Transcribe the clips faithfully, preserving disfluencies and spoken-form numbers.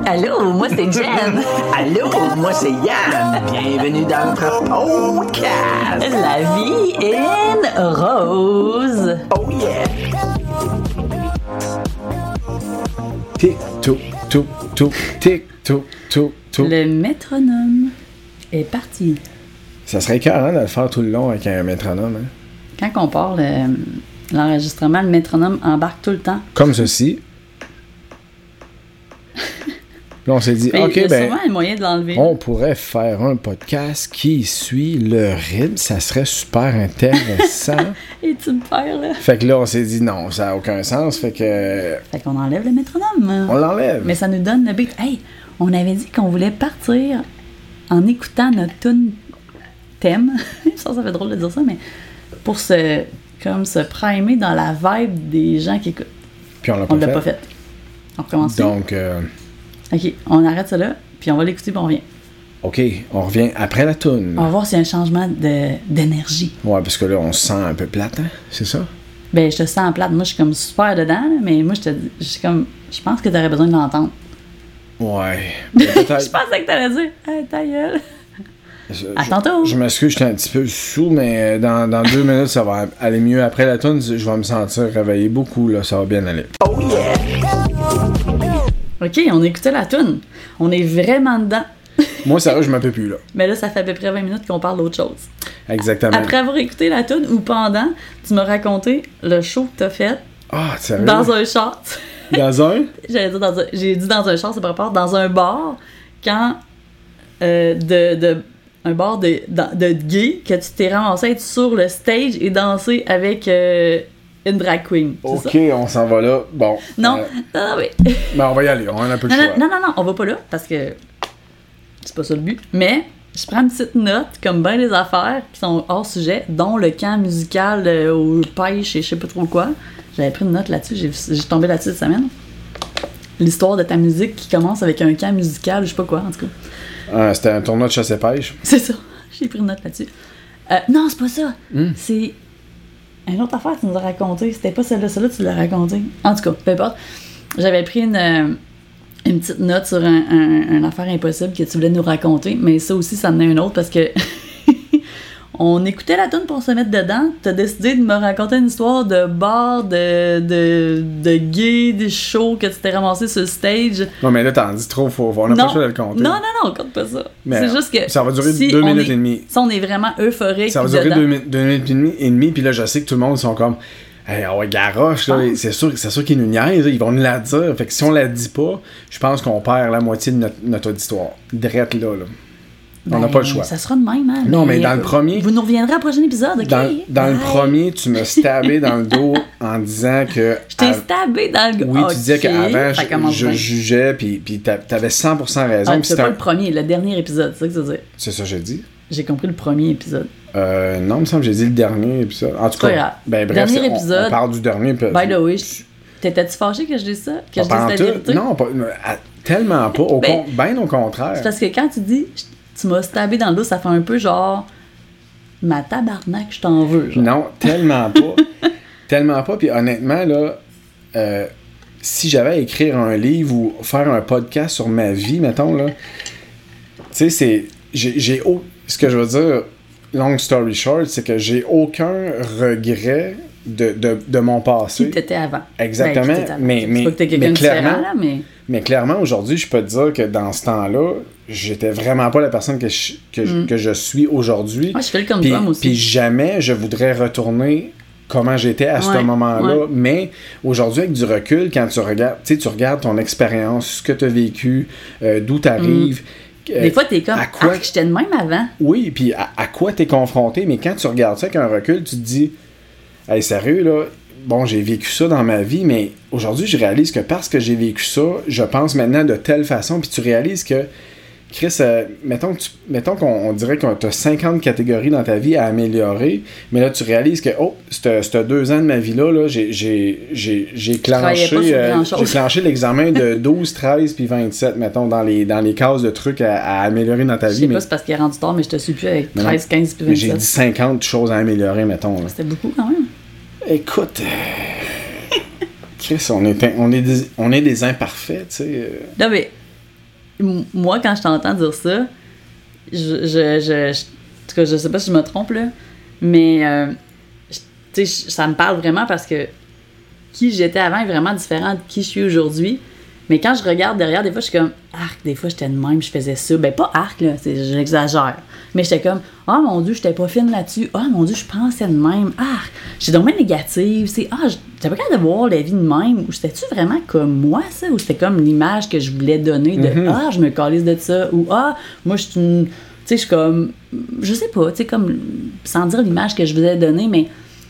Allô, moi c'est Jen. Allô, moi c'est Yann. Bienvenue dans notre podcast. La vie est rose. Oh yeah. Tic, toc, toc, toc, tic, toc, toc, toc. Le métronome est parti. Ça serait écœurant de le faire tout le long avec un métronome. Hein? Quand on part le, l'enregistrement, le métronome embarque tout le temps. Comme ceci. Là, on s'est dit, Mais OK, il y a ben, souvent un moyen de l'enlever. on pourrait faire un podcast qui suit le rythme. Ça serait super intéressant. Et tu me perds, là. Fait que là, on s'est dit, non, ça n'a aucun sens. Fait que, Fait qu'on enlève le métronome. on l'enlève. Mais ça nous donne le beat. Hey, on avait dit qu'on voulait partir en écoutant notre tune thème. Ça, ça fait drôle de dire ça, mais pour se, comme se primer dans la vibe des gens qui écoutent. Puis on l'a On pas l'a fait. pas fait. On recommence. Donc, euh, OK, on arrête ça là, puis on va l'écouter, puis on revient. OK, on revient après la toune. On va voir s'il y a un changement de, d'énergie. Ouais, parce que là, on se sent un peu plate, hein? C'est ça? Ben, je te sens plate. Moi, je suis comme super dedans, là, mais moi, je te dis, je suis comme, je pense que t'aurais besoin de l'entendre. Ouais. Mais peut-être- Je pensais que t'allais dire, hey, ta gueule. Je- À je- tantôt. Je m'excuse, j'étais un petit peu sous, mais dans, dans deux minutes, ça va aller mieux. Après la toune, je vais me sentir réveillé beaucoup, là, ça va bien aller. Oh yeah. OK, on écoutait la toune. On est vraiment dedans. Moi, sérieux, je m'en peux plus, là. Mais là, ça fait à peu près vingt minutes qu'on parle d'autre chose. Exactement. Après avoir écouté la toune ou pendant, tu m'as raconté le show que t'as fait Ah, sérieux? dans un char. Dans un? J'allais dire dans un... J'ai dit dans un char, c'est par rapport dans un bar, quand euh, de, de un bar de, de, de gay, que tu t'es ramassé à être sur le stage et danser avec euh, une drag queen. C'est OK, ça? on s'en va là. Bon. Non, euh, non, non, mais... ben, on va y aller, on a un peu de non, choix. non, non, non, non, on va pas là, parce que c'est pas ça le but. Mais je prends une petite note, comme bien les affaires qui sont hors sujet, dont le camp musical euh, aux pêches et je sais pas trop quoi. J'avais pris une note là-dessus, j'ai, j'ai tombé là-dessus cette semaine. L'histoire de ta musique qui commence avec un camp musical, je sais pas quoi, en tout cas. Ah, c'était un tournoi de chasse et pêche. C'est ça, j'ai pris une note là-dessus. Euh, non, c'est pas ça. Hmm. C'est une autre affaire que tu nous as raconté. C'était pas celle-là, celle-là tu l'as raconté. En tout cas, peu importe. J'avais pris une, euh, une petite note sur un, un, une affaire impossible que tu voulais nous raconter, mais ça aussi, ça en est une autre parce que on écoutait la tune pour se mettre dedans. T'as décidé de me raconter une histoire de bar, de, de, de gay, de show que tu t'es ramassé sur le stage. Non, mais là, t'en dis trop, faut, on n'a pas le choix de le compter. Non, non, non, on compte pas ça. Mais c'est juste que. ça va durer si deux on minutes est- et demie. Si on est vraiment euphorique. Ça va durer dedans, deux, mi- deux minutes et demie, et demie, puis là, je sais que tout le monde sont comme. Hey, oh, garoche, là, c'est sûr, c'est sûr qu'ils nous niaisent, ils vont nous la dire. Fait que si on la dit pas, je pense qu'on perd la moitié de notre, notre auditoire. Drette là, là. On n'a ben, pas le choix. Ça sera de même, hein. Non, mais dans le premier- Vous nous reviendrez au prochain épisode, ok? Dans, dans le Bye. premier, tu m'as stabé dans le dos en disant que. Je t'ai av- stabé dans le Oui, tu disais Ok, qu'avant, ça je, commence je bien. jugeais, puis, puis t'a- t'avais cent pour cent raison. Ah, puis c'est c'était pas un- le premier, le dernier épisode, c'est ça que tu veux dire. C'est ça que j'ai dit. J'ai compris le premier épisode. Euh, non, il me semble que j'ai dit le dernier épisode. En tout pas cas, grave. ben bref, Dernier c'est- on- épisode. On, parle du dernier. puis- By the way, je- t'étais-tu fâché que je dise ça? Que je Pas en dise la tout. vérité? Non, pas, à- tellement pas. Au Ben, con- ben au contraire. C'est parce que quand tu dis je- tu m'as stabé dans le dos, ça fait un peu genre ma tabarnak, je t'en veux. Genre. Non, tellement pas. Tellement pas. Puis honnêtement, là, euh, si j'avais à écrire un livre ou faire un podcast sur ma vie, mettons, là, tu sais, c'est. J'ai, j'ai au- ce que je veux dire, long story short, c'est que j'ai aucun regret de, de, de mon passé. Qui t'étais avant. Exactement. Ben, qui t'étais avant. Mais- C'est mais- pas que t'es quelqu'un mais de différent, clairement- là, mais... Mais clairement, aujourd'hui, je peux te dire que dans ce temps-là, j'étais vraiment pas la personne que je, que, je- Mm. que je suis aujourd'hui. Moi, je fais le comme Puis, toi, moi aussi. puis jamais je voudrais retourner comment j'étais à ce Ouais, moment-là. ouais. Mais aujourd'hui, avec du recul, quand tu regardes, tu sais, tu regardes ton expérience, ce que tu as vécu, euh, d'où tu arrives. Des fois, t'es comme, à quoi- ah, j'étais de même avant. Oui, puis à, à quoi tu es confronté. Mais quand tu regardes ça avec un recul, tu te dis, hey, sérieux, là, bon, j'ai vécu ça dans ma vie, mais aujourd'hui, je réalise que parce que j'ai vécu ça, je pense maintenant de telle façon, puis tu réalises que, Chris, euh, mettons, que tu- mettons qu'on on dirait que tu as cinquante catégories dans ta vie à améliorer, mais là, tu réalises que, oh, ces deux ans de ma vie-là, là, j'ai, j'ai, j'ai, j'ai travaillais clenché, pas sur euh, grand-chose. j'ai clenché l'examen de douze, treize puis vingt-sept, mettons, dans les, dans les cases de trucs à, à améliorer dans ta Je vie. sais Mais, pas, c'est parce qu'il est rendu tard, mais je te suis plus avec Mais non. treize, quinze puis mais j'ai vingt-sept. dit cinquante choses à améliorer, mettons. Là. C'était beaucoup quand même. Écoute, euh, Chris, on est, on est, des, on est des imparfaits, tu sais. euh. Non, mais m- moi, quand je t'entends dire ça, je, je, je, je- en tout cas, je sais pas si je me trompe, là, mais euh, je- tu sais, ça me parle vraiment parce que qui j'étais avant est vraiment différent de qui je suis aujourd'hui. Mais quand je regarde derrière, des fois, je suis comme, arc, des fois, j'étais de même, je faisais ça. Ben, pas arc, là, c'est, j'exagère. Mais j'étais comme, ah, oh, mon Dieu, j'étais pas fine là-dessus. Ah, oh, mon Dieu, je pensais de même. Arc, j'étais donc bien négative. C'est, ah, j'avais pas capable de voir la vie de même. Ou c'était-tu vraiment comme moi, ça? Ou c'était comme l'image que je voulais donner de, mm-hmm. ah, je me calisse de ça. Ou, ah, moi, je suis une. Tu sais, je suis comme, je sais pas, tu sais, comme, sans dire l'image que je voulais donner, mais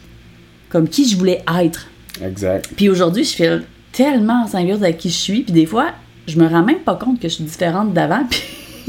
comme qui je voulais être. Exact. Puis aujourd'hui, je fais tellement en symbiose avec qui je suis, puis des fois, je me rends même pas compte que je suis différente d'avant, puis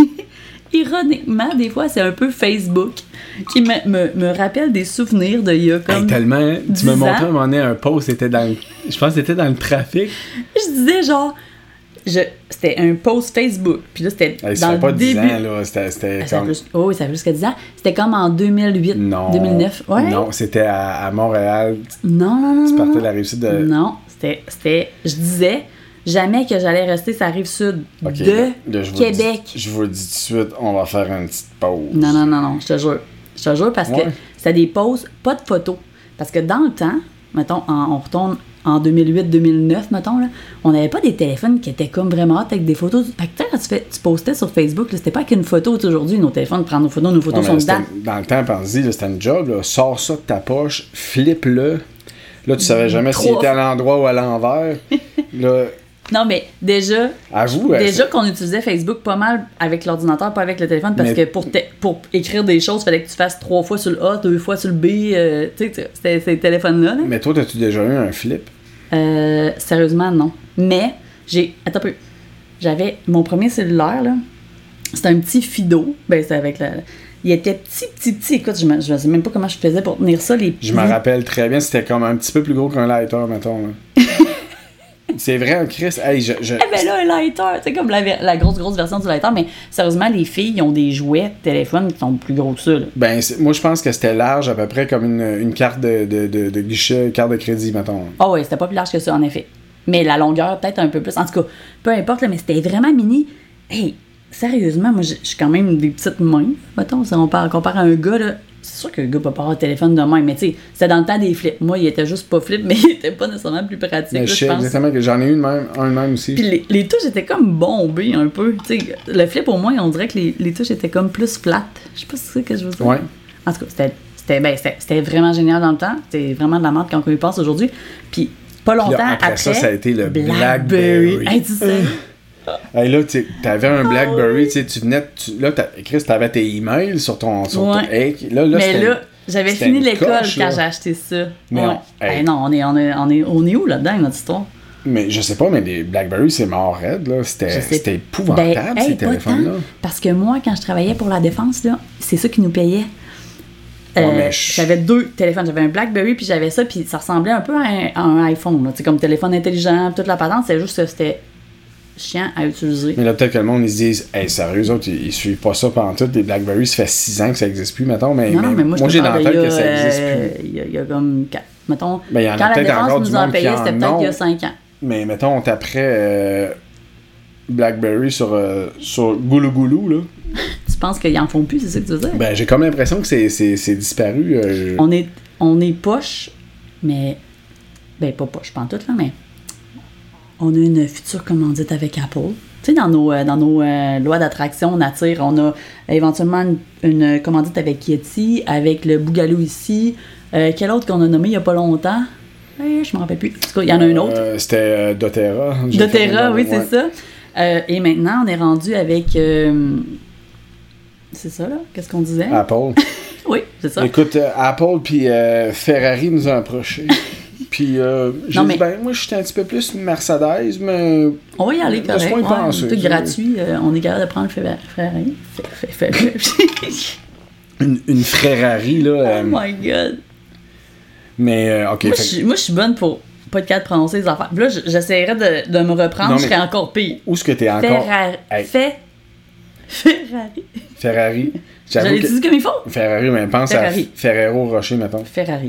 ironiquement, des fois, c'est un peu Facebook qui me, me, me rappelle des souvenirs de il y a comme hey, tellement, tu me montrais à un moment donné un post, c'était dans le, je pense que c'était dans le trafic. Je disais genre, je, c'était un post Facebook, puis là, c'était hey, dans le pas début. dix ans, là, c'était, c'était ah, comme... Plus, oh, ça fait jusqu'à dix ans. C'était comme en deux mille huit, non, deux mille neuf. Ouais. Non, c'était à, à Montréal. Non, non, non, tu partais non. de la Rive-Sud de... Non, c'était, c'était, je disais... Jamais que j'allais rester sur la rive sud okay, de là, je Québec. Dis, je vous le dis tout de suite, on va faire une petite pause. Non, non, non, non, je te jure. Je te jure parce ouais. que c'était des pauses, pas de photos. Parce que dans le temps, mettons, en, on retourne en deux mille huit deux mille neuf, mettons, là, on n'avait pas des téléphones qui étaient comme vraiment hot avec des photos. Fait que quand tu, fais, tu postais sur Facebook, là, c'était pas qu'une photo aujourd'hui, nos téléphones prennent nos photos, nos photos ouais, sont dedans. Dans le temps, pense-y, là, c'était une job, là, sors ça de ta poche, flippe-le. Là, tu savais jamais s'il était à l'endroit ou à l'envers. Là... Non, mais déjà, Avoue, déjà qu'on utilisait Facebook pas mal avec l'ordinateur, pas avec le téléphone, parce mais... que pour, te, pour écrire des choses, il fallait que tu fasses trois fois sur le A, deux fois sur le B, euh, tu sais, c'était ces téléphones-là. Là. Mais toi, as-tu déjà eu un flip? Euh, sérieusement, non. Mais, j'ai... Attends un peu. J'avais mon premier cellulaire, là, c'était un petit Fido, ben c'est avec la... Il était petit, petit, petit. Écoute, je ne sais même pas comment je faisais pour tenir ça. Les je me rappelle très bien, c'était comme un petit peu plus gros qu'un lighter, mettons, là. C'est vrai, Chris. Hey, je, je... Eh ben là, un lighter, c'est comme la, la grosse, grosse version du lighter, mais sérieusement, les filles, ils ont des jouets de téléphone qui sont plus gros que ça. Là. Ben, moi, je pense que c'était large, à peu près comme une, une carte de, de, de, de guichet, carte de crédit, mettons. Ah oh, oui, c'était pas plus large que ça, en effet. Mais la longueur, peut-être un peu plus. En tout cas, peu importe, là, mais c'était vraiment mini. Hey, sérieusement, moi, j'ai quand même des petites mains. Mettons, si on compare à un gars, là. C'est sûr que le gars peut pas avoir un téléphone de même, mais tu sais, c'était dans le temps des flips. Moi, il était juste pas flip, mais il était pas nécessairement plus pratique. Mais là, je sais pense. exactement que j'en ai eu de même, un de même aussi. Puis les, les touches étaient comme bombées un peu. Tu sais, le flip, au moins, on dirait que les, les touches étaient comme plus flat. Je sais pas si c'est ce que je veux dire. Ouais. En tout cas, c'était, c'était, ben, c'était, c'était vraiment génial dans le temps. C'était vraiment de la merde quand on y pense aujourd'hui. Puis pas longtemps là, après, après. ça, ça a été le Blackberry. Blackberry. Hey, tu sais. Hey, là, tu avais un Blackberry, tu tu venais. Tu, là, Chris, t'avais tes emails sur ton. Sur ouais. ton hey, là, là, mais là, j'avais fini l'école coche, quand là. j'ai acheté ça. Mais ouais. on, hey. hey, non, on est, on, est, on, est, on est où là-dedans, notre histoire? Mais je sais pas, mais les Blackberry, c'est mort raide, là. C'était, c'était épouvantable, ben, ces hey, téléphones-là. Parce que moi, quand je travaillais pour la défense, là, c'est ça qui nous payait. Ouais, euh, je... J'avais deux téléphones. J'avais un Blackberry, puis j'avais ça, puis ça ressemblait un peu à un, à un iPhone, là. Comme téléphone intelligent, toute la patente. C'est juste que c'était chiant à utiliser. Mais là, peut-être que le monde, ils se disent, hey, sérieux, eux autres, ils, ils suivent pas ça pendant tout. Les Blackberry, ça fait six ans que ça existe plus, mettons. Mais, non, non, mais, mais moi, moi j'ai dans la tête que ça euh, existe plus. Il y, y a comme quatre. Mettons, ben, y en a quand la défense du nous en payait, c'était peut-être il y a cinq ans. Mais mettons, on taperait euh, Blackberry sur, euh, sur Goulou Goulou, là. Tu penses qu'ils en font plus, c'est ça que tu veux dire? Ben, j'ai comme l'impression que c'est, c'est, c'est disparu. Euh... On est, on est poche, mais... Ben, pas poche, pas en tout, là, mais... On a une future commandite avec Apple. Tu sais, dans nos, dans nos euh, lois d'attraction, on attire, on a éventuellement une, une commandite avec Yeti, avec le Bougalou ici. Euh, quel autre qu'on a nommé il n'y a pas longtemps? Eh, je me rappelle plus. En tout cas, il y en a un autre. Euh, c'était euh, doTERRA. doTERRA, oui, ouais. c'est ça. Euh, et maintenant, on est rendu avec... Euh, c'est ça, là? Qu'est-ce qu'on disait? Apple. Oui, c'est ça. Écoute, euh, Apple puis euh, Ferrari nous ont approchés. Puis euh, j'ai non, dit, mais... ben, moi, j'étais un petit peu plus Mercedes, mais... On va y aller, correct. Laisse-moi y ouais, penser. Tout gratuit. Euh, on est capable de prendre le Ferrari. une, une Ferrari, là. Euh... Oh my God. Mais, euh, OK. Moi, fait... je, moi, je suis bonne pour pas être capable de prononcer les affaires. Puis là, j'essaierais de, de me reprendre, non, je serais encore pire. Où est-ce que t'es encore... Ferrari. Hey. Fait... Ferrari. Ferrari. J'allais que... dire comme il faut. Ferrari, mais pense Ferrari. à Ferrero Rocher, mettons. Ferrari.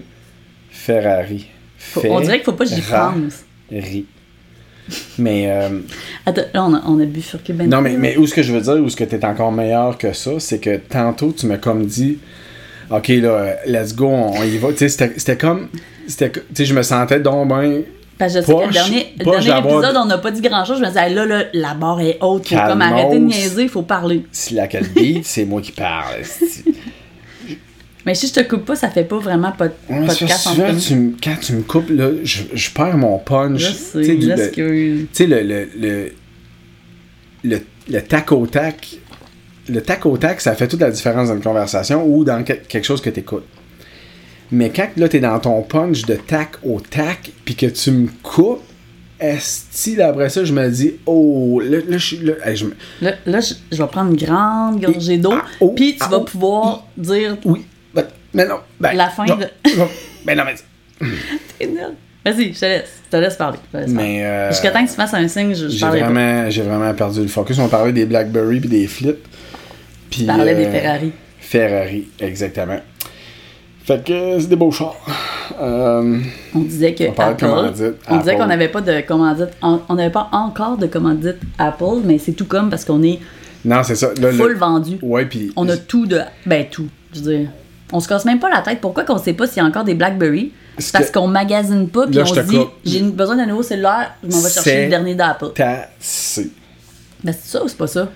Ferrari. Faut, on dirait qu'il faut pas que j'y pense. Ferrari. Mais... Euh... Attends, là, on a, on a bifurqué ben Non, trop, mais, là. mais où ce que je veux dire, où ce que t'es encore meilleur que ça, c'est que tantôt, tu m'as comme dit, OK, là, let's go, on y va. Tu sais, c'était, c'était comme, c'était, tu sais, je me sentais donc ben... Parce que je sais que le Poche- dernier, le poche dernier d'avoir- épisode, on n'a pas dit grand-chose. Je me disais, hey, là, là, la barre est haute. Faut Calmos. comme arrêter de niaiser, il faut parler. Si laquelle beat, c'est moi qui parle. esti. Mais si je te coupe pas, ça fait pas vraiment pod- Ouais, ça fait podcast souvent, entre nous. tu me- quand tu me coupes, là, je, je perds mon punch. Je Tu sais, sais, du- là, le- ce qu'il y a eu. Tu sais, le, le, le, le, le tac au tac, le tac au tac, ça fait toute la différence dans une conversation ou dans que- quelque chose que tu écoutes. Mais quand là, t'es dans ton punch de tac au tac, puis que tu me coupes, esti, là, après ça, je me dis, oh, là, là, je suis. Là, hey, je me- Là, là, je, je vais prendre une grande gorgée d'eau, Ah, oh, puis tu ah, vas oh, pouvoir dire Oui, ben, mais non. Ben, la fin non, de. non, ben non, mais. T'es nul. Vas-y, je te laisse. Je te laisse parler. Je te laisse parler. mais euh, Jusqu'à temps que tu fasses un signe, je, je j'ai parlerai pas. vraiment, j'ai vraiment perdu le focus. On parlait des Blackberry puis des flips. Puis, Je parlais des euh, Ferrari. Ferrari, exactement. Fait que euh, c'est des beaux chars. Euh, On disait que On parlait de Apple, commandite, on disait Apple. qu'on n'avait pas de commandite, en- on n'avait pas encore de commandite Apple, mais c'est tout comme parce qu'on est non, c'est ça. Là, full le- vendu. Ouais, puis. On a tout de, ben tout, je veux dire. On se casse même pas la tête. Pourquoi qu'on sait pas s'il y a encore des BlackBerry? Ce Parce que- qu'on magasine pas, puis Là, on je se te dit, coupe. j'ai besoin d'un nouveau cellulaire, je m'en vais chercher C'est- le dernier d'Apple. T'as- c'est. Ben c'est ça ou c'est pas ça?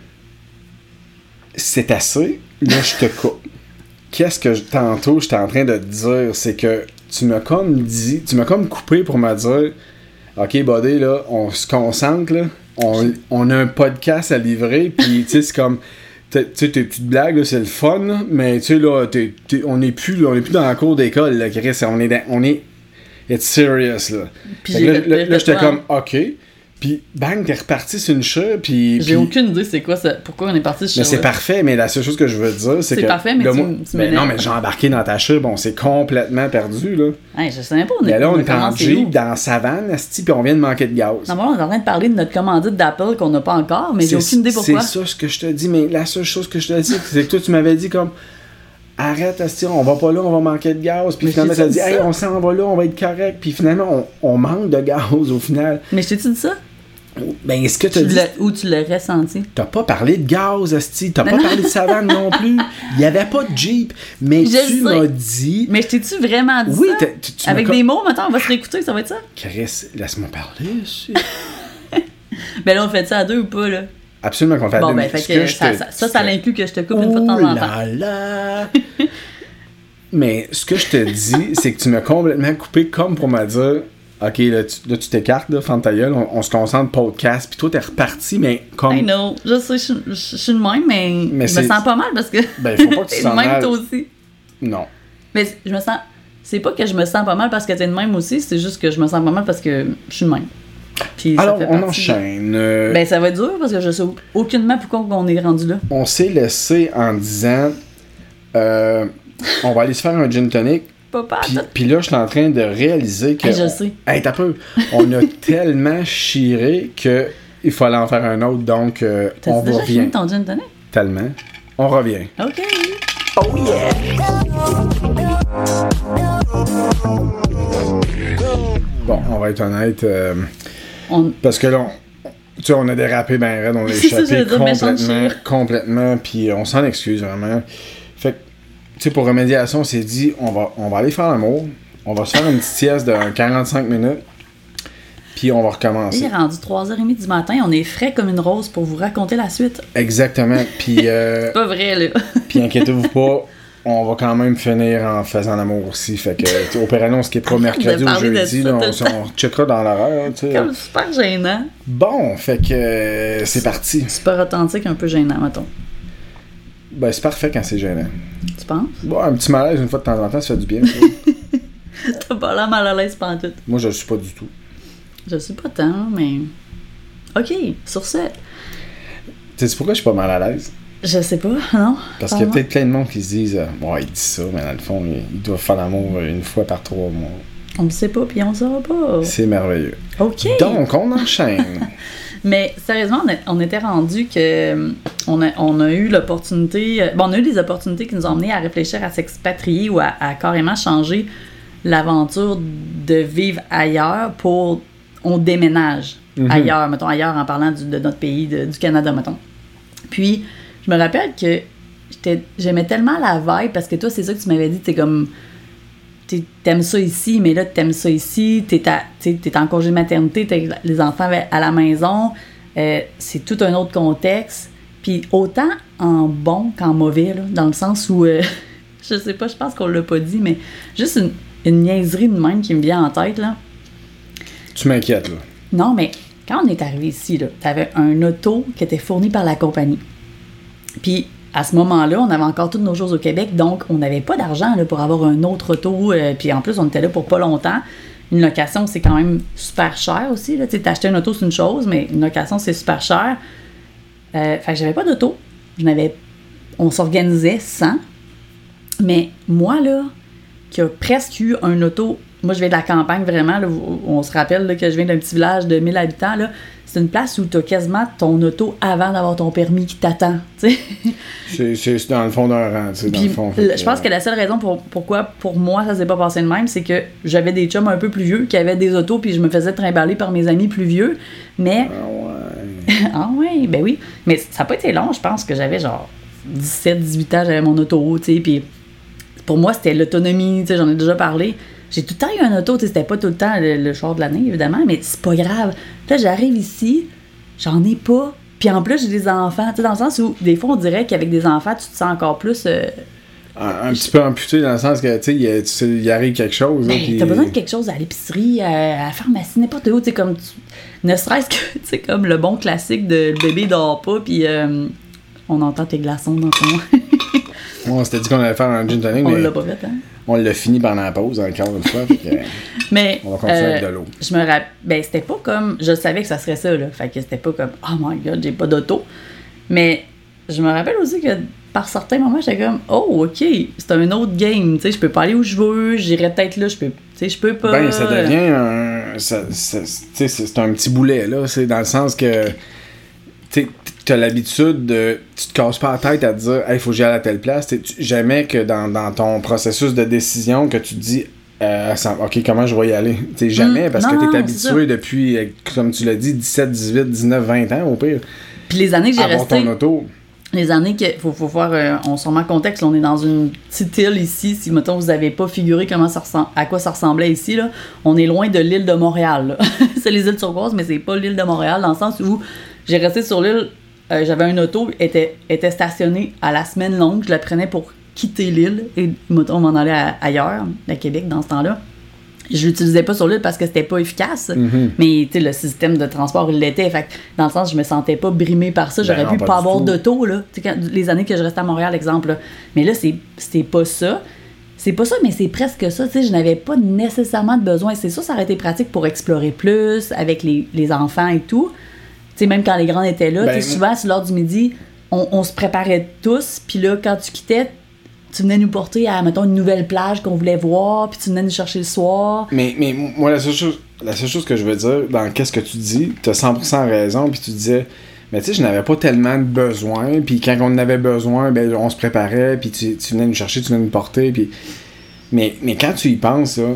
C'est assez. Là, je te coupe. Qu'est-ce que je- tantôt j'étais en train de te dire, c'est que tu m'as comme dit, tu m'as comme coupé pour me dire, OK, buddy, là, on se concentre, là, on, on a un podcast à livrer, puis tu sais, c'est comme, tu sais, tes petites blagues, là, c'est le fun, là, mais tu sais, là, t'es- t'es- on n'est plus, là, on est plus dans la cour d'école, là, Chris, on est, dans- on est, it's serious, là. Puis Fait que j'ai là, fait là, pire là, que j'étais toi, comme, OK, puis bang, t'es reparti sur une chat, puis... J'ai puis- aucune idée c'est quoi ça, pourquoi on est parti de mais chez c'est parfait, mais la seule chose que je veux dire, c'est C'est que... parfait, mais là, tu- moi- tu ben m'énerves. non, mais j'ai embarqué dans ta chute, bon, c'est complètement perdu, là. Hey, je sais même pas, on est, Mais là, on a est en commencé où? Jeep, dans la savane, asti, puis on vient de manquer de gaz. Normalement, on est en train de parler de notre commandite d'Apple qu'on n'a pas encore, mais j'ai C'est- aucune idée pourquoi. C'est ça ce que je te dis, mais la seule chose que je te dis, c'est que toi, tu m'avais dit comme... Arrête, asti, on va pas là, on va manquer de gaz. Puis Mais finalement, je t'ai t'as dit, dit hey, ça. on s'en va là, on va être correct. Puis finalement, on, on manque de gaz au final. Mais je t'ai-tu dit ça? Ben, est-ce que Tu t'as dit... l'as- Ou tu l'aurais senti? T'as pas parlé de gaz, asti. T'as Mais pas non. parlé de savane non plus. Il y avait pas de Jeep. Mais Je tu sais. m'as dit... Mais je t'ai-tu vraiment dit Oui, ça? t'as- tu- tu m'as Avec com- des mots, maintenant, on va se réécouter, ça va être ça? Chris, laisse-moi parler. aussi. Ben là, on fait ça à deux ou pas, là? Absolument qu'on fait Bon, deux, ben, mais fait ce que je ça, te- ça, ça, ça l'inclut que je te coupe une fois de Ouh temps en temps. là là. Mais ce que je te dis, c'est que tu m'as complètement coupé comme pour me dire, OK, là, tu, là, tu t'écartes, là, ferme ta gueule, on, on se concentre podcast, puis toi, t'es reparti, mais comme... I know, je sais, je, je- je suis de même, mais, Mais je me c'est- sens pas mal parce que Ben, faut pas que tu t'es te de sens même mal. toi aussi. Non. Mais je me sens... C'est pas que je me sens pas mal parce que t'es de même aussi, c'est juste que je me sens pas mal parce que je suis de même. Puis ça Alors, fait on partie de- enchaîne. Euh, Ben, ça va être dur parce que je sais aucunement pourquoi on est rendu là. on s'est laissé en disant, euh, on va aller se faire un gin tonic. Papa, Puis, puis là, je suis en train de réaliser que... Hey, je sais. Hey, t'as peu. On a tellement chiré que il faut aller en faire un autre, donc euh, t'as on déjà revient. fini ton gin tonic? Tellement. On revient. OK. Oh yeah. Bon, on va être honnête, euh, On... parce que là, on, tu sais, on a dérapé ben raide, on l'a C'est ça, échappé j'allais dire, méchant complètement, chire. complètement, puis on s'en excuse vraiment. Fait que, tu sais, pour remédiation, on s'est dit, on va, on va aller faire l'amour, on va se faire une petite sieste de quarante-cinq minutes, puis on va Il recommencer. est rendu trois heures trente du matin, on est frais comme une rose pour vous raconter la suite. Exactement, puis... euh, Pas vrai, là. Puis inquiétez-vous pas, on va quand même finir en faisant l'amour aussi. Fait que, tu sais, au Pérano, ce qui est pas Arrête de mercredi ou parler de jeudi, ça là, tout on, le s- temps. on checkera dans l'horaire, tu sais. Comme super gênant. Bon, fait que euh, c'est parti. Super authentique, un peu gênant, mettons. Ben, c'est parfait quand c'est gênant. Tu penses? Bon, un petit malaise une fois de temps en temps, ça fait du bien. ça. T'as pas l'air mal à l'aise pantoute. Moi, je le suis pas du tout. Je sais pas tant, mais... OK, sur ce, Tu sais pourquoi je suis pas mal à l'aise? je sais pas, non? Parce qu'il y a Parle-moi. peut-être plein de monde qui se disent euh, ouais, il dit ça, mais dans le fond, il, il doit faire l'amour une fois par trois mois. On le sait pas, puis on le saura pas. C'est merveilleux. OK. Donc, on enchaîne. Mais sérieusement, on, a- on était rendu que euh, on a, on a eu l'opportunité... euh, Bon, on a eu des opportunités qui nous ont amenés à réfléchir à s'expatrier ou à, à carrément changer l'aventure de vivre ailleurs pour... On déménage. mm-hmm. ailleurs, mettons, ailleurs en parlant du, de notre pays, de, du Canada, mettons. Puis, je me rappelle que j'étais, j'aimais tellement la vibe, parce que toi, c'est ça que tu m'avais dit, t'es comme, t'es, t'aimes ça ici, mais là, t'aimes ça ici, t'es, à, t'es, t'es en congé de maternité, t'as les enfants à la maison, euh, c'est tout un autre contexte. Puis autant en bon qu'en mauvais, là, dans le sens où, euh, je sais pas, je pense qu'on l'a pas dit, mais juste une, une niaiserie de même qui me vient en tête, là. Tu m'inquiètes, là. Non, mais quand on est arrivé ici, là, t'avais un auto qui était fourni par la compagnie. Puis à ce moment-là, on avait encore toutes nos choses au Québec, donc on n'avait pas d'argent là, pour avoir un autre auto. Euh, puis en plus, on était là pour pas longtemps. Une location, c'est quand même super cher aussi. Tu sais, t'acheter une auto, c'est une chose, mais une location, c'est super cher. Euh, fait que j'avais pas d'auto. Je n'avais... On s'organisait sans. Mais moi, là, qui a presque eu un auto... Moi, je viens de la campagne, vraiment. Là, on se rappelle là, que je viens d'un petit village de mille habitants. Là. C'est une place où tu as quasiment ton auto avant d'avoir ton permis qui t'attend. C'est, c'est dans le fond d'un rang. Puis, dans le fond, le, je pense que la seule raison pour, pourquoi, pour moi, ça s'est pas passé de même, c'est que j'avais des chums un peu plus vieux qui avaient des autos, puis je me faisais trimballer par mes amis plus vieux. Mais... Ah ouais. ah ouais, ben oui. Mais ça n'a pas été long. Je pense que j'avais genre dix-sept dix-huit ans, j'avais mon auto, tu sais. Puis pour moi, c'était l'autonomie, tu sais, j'en ai déjà parlé. J'ai tout le temps eu un auto, tu sais, c'était pas tout le temps le, le char de l'année, évidemment, mais c'est pas grave. Puis là, j'arrive ici, j'en ai pas. Puis en plus, j'ai des enfants, tu sais, dans le sens où, des fois, on dirait qu'avec des enfants, tu te sens encore plus... Euh, un, un petit peu amputé, dans le sens que, tu sais, il arrive quelque chose. Ben, là, pis... t'as besoin de quelque chose à l'épicerie, à, à la pharmacie, n'importe où, tu sais, comme... Tu, ne serait-ce que, tu sais, comme le bon classique de le bébé dort pas, puis euh, on entend tes glaçons dans ton... On s'était dit qu'on allait faire un gin tonic, on mais... l'a pas fait, hein? On l'a fini pendant la pause, encore une fois. Fait que, mais, on va continuer euh, avec de l'eau. Je me rappelle. Ben, c'était pas comme. Je savais que ça serait ça, là. Fait que c'était pas comme. Oh my god, j'ai pas d'auto. Mais je me rappelle aussi que par certains moments, j'étais comme. Oh, ok, c'est un autre game. Tu sais, je peux pas aller où je veux. J'irai peut-être là. Je peux. Tu sais, je peux pas. Ben, ça devient un. Ça, ça, tu sais, c'est un petit boulet, là. C'est dans le sens que. Tu sais, t'as l'habitude de... Tu te casses pas la tête à te dire « Hey, faut que j'aille à telle place. » Tu, jamais que dans, dans ton processus de décision que tu te dis euh, « Ok, comment je vais y aller? » Tu sais, jamais, mmh, parce non, que t'es habitué depuis, comme tu l'as dit, dix-sept, dix-huit, dix-neuf, vingt ans, au pire. Puis les années que j'ai resté... ton auto. Les années que... Faut, faut voir... Euh, on se remet en contexte. Là, on est dans une petite île ici. Si, mettons, vous avez pas figuré comment ça ressemble, à quoi ça ressemblait ici, là, on est loin de l'île de Montréal. C'est les îles turquoises, mais c'est pas l'île de Montréal, dans le sens où j'ai resté sur l'île... Euh, j'avais un auto, était, était stationné à la semaine longue. Je la prenais pour quitter l'île et on m'en allait à, ailleurs, à Québec, dans ce temps-là. Je l'utilisais pas sur l'île parce que c'était pas efficace, mm-hmm. mais le système de transport, il l'était. Fait que, dans le sens, je me sentais pas brimée par ça. J'aurais ben non, pu pas, pas avoir tout. d'auto, là. Quand, les années que je restais à Montréal, exemple. Là. Mais là, c'est, c'est pas ça. C'est pas ça, mais c'est presque ça. T'sais, je n'avais pas nécessairement de besoin. C'est ça, ça aurait été pratique pour explorer plus avec les, les enfants et tout. T'sais, même quand les grands étaient là, ben, souvent, sur l'heure du midi, on, on se préparait tous, puis là, quand tu quittais, tu venais nous porter à, mettons, une nouvelle plage qu'on voulait voir, puis tu venais nous chercher le soir. Mais, mais moi, la seule chose, la seule chose que je veux dire dans qu'est-ce que tu dis, tu as cent pour cent raison, puis tu disais, mais tu sais, je n'avais pas tellement de besoin, puis quand on en avait besoin, ben, on se préparait, puis tu, tu venais nous chercher, tu venais nous porter, puis... Mais, mais quand tu y penses, là,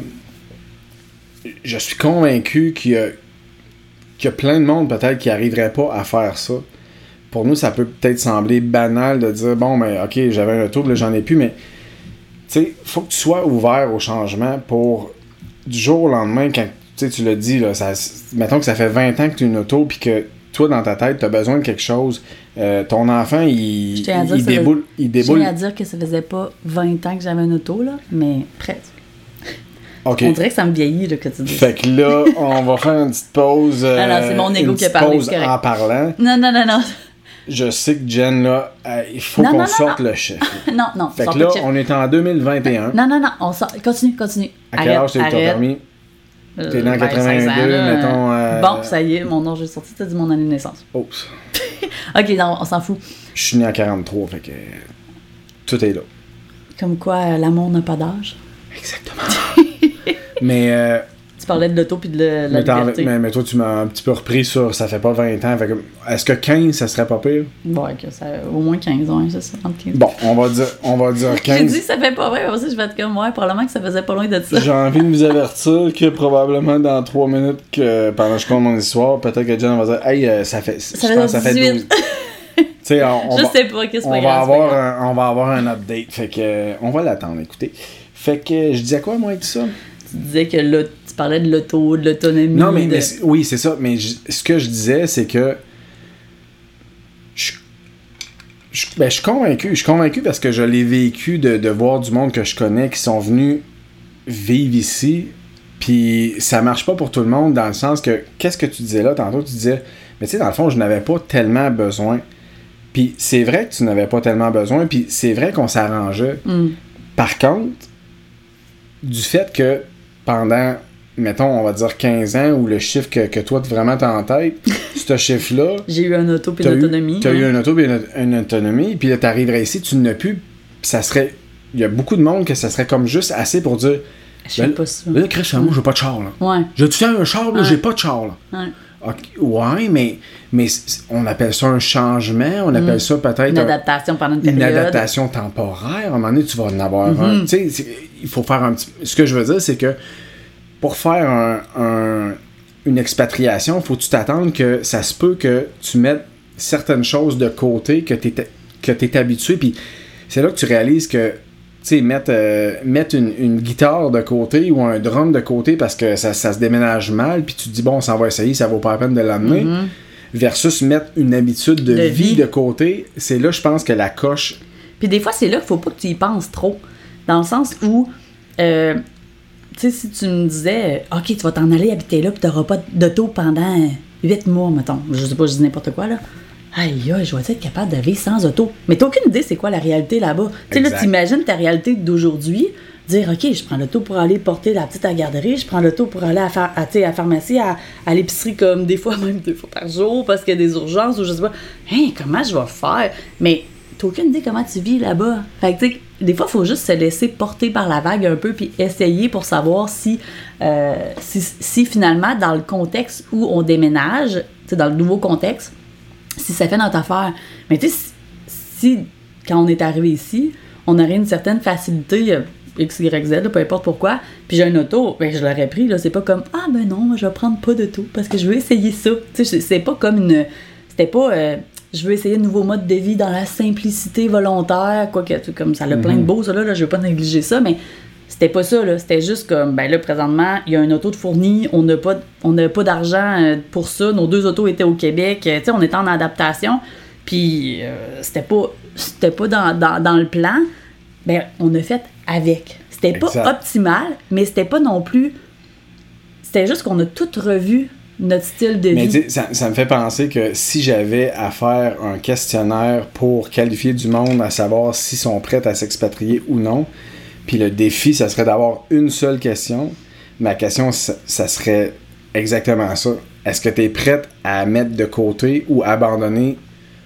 je suis convaincu qu'il y a qu'il y a plein de monde peut-être qui n'arriverait pas à faire ça. Pour nous, ça peut peut-être sembler banal de dire bon, ben ok, j'avais un auto, là j'en ai plus, mais tu sais, faut que tu sois ouvert au changement pour du jour au lendemain, quand tu l'as dit, là, ça, mettons que ça fait vingt ans que tu as une auto, puis que toi, dans ta tête, tu as besoin de quelque chose. Euh, ton enfant, il, il, il déboule. Il déboule. Je tiens à dire que ça faisait pas vingt ans que j'avais une auto, là, mais presque. Okay. On dirait que ça me vieillit là, que tu dis. Fait que là, on va faire une petite pause. Euh, non, non, c'est mon ego qui a parlé. Pause en parlant. Non, non, non, non. Je sais que Jen, là, euh, il faut non, qu'on non, sorte non. le chef. non, non. Fait que là, on est en deux mille vingt et un. Non, non, non. On sort... Continue, continue. À quel âge t'as eu ton permis? Euh, T'es né en quatre-vingt-deux, ans, mettons. Euh... Bon, ça y est, mon âge est sorti. T'as dit mon année de naissance. Oups. Ok, non, on s'en fout. Je suis né en quarante-trois, fait que. Tout est là. Comme quoi, l'amour n'a pas d'âge. Exactement. Mais, euh, tu Tu parlais de l'auto puis de la, la mais, liberté. Mais, mais toi, tu m'as un petit peu repris sur ça fait pas vingt ans. Fait que, est-ce que quinze, ça serait pas pire? Ouais, que ça, au moins quinze ans, c'est ça, entre quinze. Bon, on va dire, on va dire quinze. J'ai dit ça fait pas vrai, aussi je vais être comme, ouais, probablement que ça faisait pas loin de ça. J'ai envie de vous avertir que probablement dans trois minutes, que pendant que je compte mon histoire, peut-être que Jen va dire, hey, euh, ça fait, ça je fait pense que ça fait douze. T'sais, on, on je va, sais pas, qu'est-ce que on, va avoir un, on va avoir un update. Fait que, euh, on va l'attendre, écoutez. Fait que, je disais quoi, moi, avec ça? Tu disais que là, tu parlais de l'auto, de l'autonomie. Non, mais, de... mais c'est, oui, c'est ça. Mais je, ce que je disais, c'est que je, je, ben, je suis convaincu. Je suis convaincu parce que je l'ai vécu de, de voir du monde que je connais qui sont venus vivre ici. Puis ça marche pas pour tout le monde dans le sens que, qu'est-ce que tu disais là? Tantôt, tu disais, mais tu sais, dans le fond, je n'avais pas tellement besoin. Puis c'est vrai que tu n'avais pas tellement besoin. Puis c'est vrai qu'on s'arrangeait. Mm. Par contre, du fait que pendant, mettons, on va dire quinze ans, ou le chiffre que, que toi, vraiment t'as en tête, ce chiffre-là... J'ai eu un auto puis une autonomie. Tu as hein? eu un auto puis une, une autonomie, puis là, t'arriverais ici, tu n'as plus, puis ça serait... Il y a beaucoup de monde que ça serait comme juste assez pour dire... Je sais ben, pas ça. Là, Chris, moi, j'ai pas de char, là. Ouais. J'ai-tu fait un char, là? Ouais. J'ai pas de char, là. Ouais. Okay. Ouais, mais, mais on appelle ça un changement, on appelle mm. ça peut-être... Une un, adaptation pendant une période. Une adaptation temporaire. À un moment donné, tu vas en avoir mm-hmm. un. Tu sais, il faut faire un petit... Ce que je veux dire, c'est que pour faire un, un, une expatriation, il faut que tu t'attendes que ça se peut que tu mettes certaines choses de côté que tu es, que t'es habitué. Puis c'est là que tu réalises que, tu sais, mettre, euh, mettre une, une guitare de côté ou un drum de côté parce que ça, ça se déménage mal, puis tu te dis, bon, on s'en va essayer, ça vaut pas la peine de l'amener. Mm-hmm. Versus mettre une habitude de, de vie, vie de côté, c'est là, je pense, que la coche... Puis des fois, c'est là qu'il faut pas que tu y penses trop. Dans le sens où, euh, tu sais, si tu me disais, OK, tu vas t'en aller habiter là, puis t'auras pas d'auto pendant huit mois, mettons. Je sais pas, je dis n'importe quoi, là. Aïe, aïe, je vais être capable de vivre sans auto. Mais t'as aucune idée c'est quoi la réalité là-bas. Tu sais, là, t'imagines ta réalité d'aujourd'hui, dire, OK, je prends l'auto pour aller porter la petite à la garderie, je prends l'auto pour aller à, à, à la pharmacie, à, à l'épicerie, comme des fois, même deux fois par jour, parce qu'il y a des urgences, ou je sais pas. Hein, comment je vais faire? Mais t'as aucune idée comment tu vis là-bas. Fait que, tu sais, des fois, il faut juste se laisser porter par la vague un peu, puis essayer pour savoir si, euh, si, si finalement, dans le contexte où on déménage, tu sais, dans le nouveau contexte, si ça fait notre affaire. Mais tu sais, si, si, quand on est arrivé ici, on aurait une certaine facilité, X, Y, Z, là, peu importe pourquoi, puis j'ai un auto, ben je l'aurais pris, là, c'est pas comme, ah ben non, moi je vais prendre pas d'auto, parce que je veux essayer ça. Tu sais, c'est pas comme une... C'était pas... Euh, je veux essayer un nouveau mode de vie dans la simplicité volontaire, quoique, comme ça a mm-hmm. plein de beau, ça, là, là, je veux pas négliger ça, mais c'était pas ça, là. C'était juste comme, ben là, présentement, il y a un auto de fourni, on n'a pas, on n'a pas d'argent pour ça, nos deux autos étaient au Québec, tu sais, on était en adaptation, puis euh, c'était pas, c'était pas dans, dans, dans le plan, ben on a fait avec. C'était pas exact. Optimal, mais c'était pas non plus, c'était juste qu'on a tout revu notre style de mais vie. Mais ça, ça me fait penser que si j'avais à faire un questionnaire pour qualifier du monde à savoir s'ils sont prêts à s'expatrier ou non, puis le défi, ça serait d'avoir une seule question. Ma question, ça, ça serait exactement ça. Est-ce que tu es prête à mettre de côté ou abandonner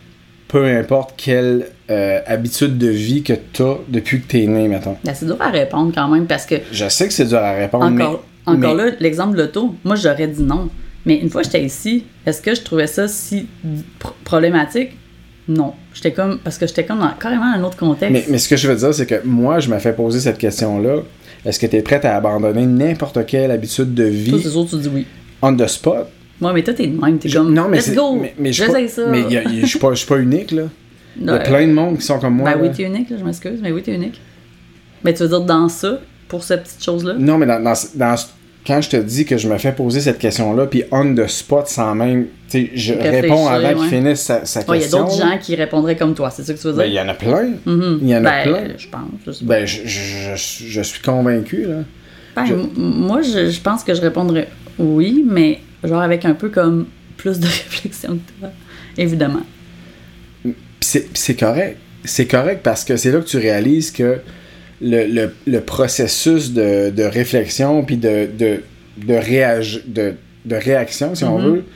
peu importe quelle euh, habitude de vie que tu as depuis que tu es né, mettons? Ben, c'est dur à répondre quand même parce que... Je sais que c'est dur à répondre, encore, mais... Encore mais... là, l'exemple de l'auto, moi j'aurais dit non. Mais une fois que j'étais ici, est-ce que je trouvais ça si pr- problématique? Non. J'étais comme... Parce que j'étais comme dans carrément un autre contexte. Mais, mais ce que je veux dire, c'est que moi, je me fais poser cette question-là. Est-ce que tu es prête à abandonner n'importe quelle habitude de vie? Toi, c'est sûr, tu dis oui. On the spot? Ouais, mais toi, t'es de même. T'es je, comme, non, mais let's go! Mais, mais j'essaie ça. Mais je suis pas, pas unique, là. Il y a plein de monde qui sont comme moi. Ben là. oui, t'es unique, là, je m'excuse, mais oui, t'es unique. Mais tu veux dire dans ça, pour cette petite chose-là? Non, mais dans, dans, dans quand je te dis que je me fais poser cette question-là, puis on the spot sans même... Tu sais, je réponds avant ouais. qu'il finisse sa, sa question. Il ouais, y a d'autres gens qui répondraient comme toi, c'est ça que tu veux dire? Ben, il y en a plein. Mm-hmm. Il y en a ben, plein. Je pense, je sais pas. Ben, je, je, je, je suis convaincu, là. Ben, je... m- moi, je, je pense que je répondrais oui, mais genre avec un peu comme plus de réflexion que toi, évidemment. Puis c'est, puis c'est correct. C'est correct parce que c'est là que tu réalises que le, le, le processus de, de réflexion puis de, de, de, réag... de, de réaction, si mm-hmm. on veut,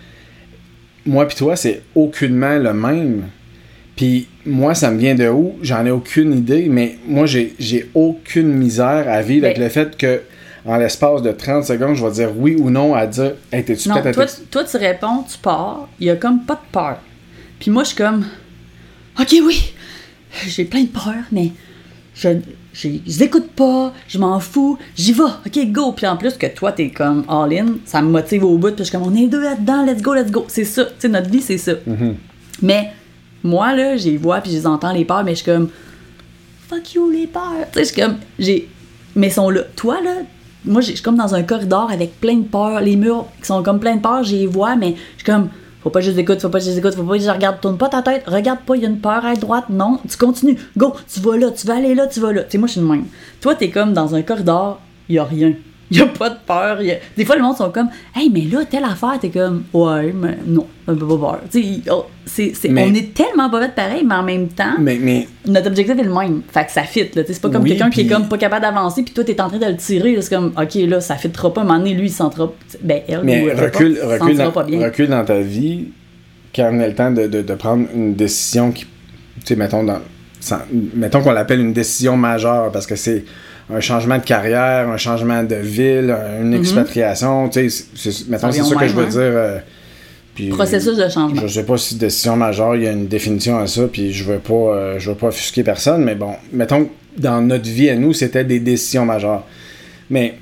moi puis toi, c'est aucunement le même. Puis moi, ça me vient de où? J'en ai aucune idée, mais moi, j'ai, j'ai aucune misère à vivre ben... avec le fait que en l'espace de trente secondes, je vais dire oui ou non à dire « Hey, t'es-tu Non, prête à toi, t'ex- toi, tu réponds, tu pars, il y a comme pas de peur. Puis moi, je suis comme, OK, oui, j'ai plein de peur, mais je je les écoute pas, je m'en fous, j'y vais, OK, go. Puis en plus que toi, t'es comme all-in, ça me motive au bout, puis je suis comme, on est deux là-dedans, let's go, let's go. C'est ça, tu sais, notre vie, c'est ça. Mm-hmm. Mais moi, là, j'y vois, puis je les entends, les peurs, mais je suis comme, fuck you, les peurs. Tu sais, je suis comme, j'ai. Mais ils sont là. Toi, là, moi, je suis comme dans un corridor avec plein de peurs. Les murs qui sont comme plein de peurs, j'y vois, mais je suis comme, faut pas que je les écoute, faut pas que je les écoute, faut pas que je les regarde. Tourne pas ta tête, regarde pas, il y a une peur à droite. Non, tu continues. Go, tu vas là, tu vas aller là, tu vas là. Tu sais, moi, je suis de même. Toi, t'es comme dans un corridor, il y a rien. Il y a pas de peur. Y a... Des fois, le monde sont comme, hey, mais là, telle affaire, t'es comme, ouais, mais non, on peut pas peur. Tu sais, oh, c'est, c'est... Mais... on est tellement pas fait pareil, mais en même temps. Mais, mais... Notre objectif est le même. Fait que ça fit, là. T'sais, c'est pas comme Oui, quelqu'un pis... qui est comme pas capable d'avancer, puis toi, t'es en train de le tirer. Là, c'est comme, OK, là, ça fitera pas. À un moment donné, lui, il sentira. Ben, elle, mais ou elle recule, pas, recule, dans, pas bien. recule dans ta vie quand on a le temps de, de, de prendre une décision qui. Tu sais, mettons, dans, sans, mettons qu'on l'appelle une décision majeure parce que c'est un changement de carrière, un changement de ville, une expatriation. Mm-hmm. Tu sais, c'est, c'est, mettons, ça c'est ça que je veux hein? dire. Euh, Puis, processus de changement. Je sais pas si décision majeure, il y a une définition à ça, puis je veux pas, euh, je veux pas offusquer personne, mais bon, mettons que dans notre vie à nous, c'était des décisions majeures. Mais,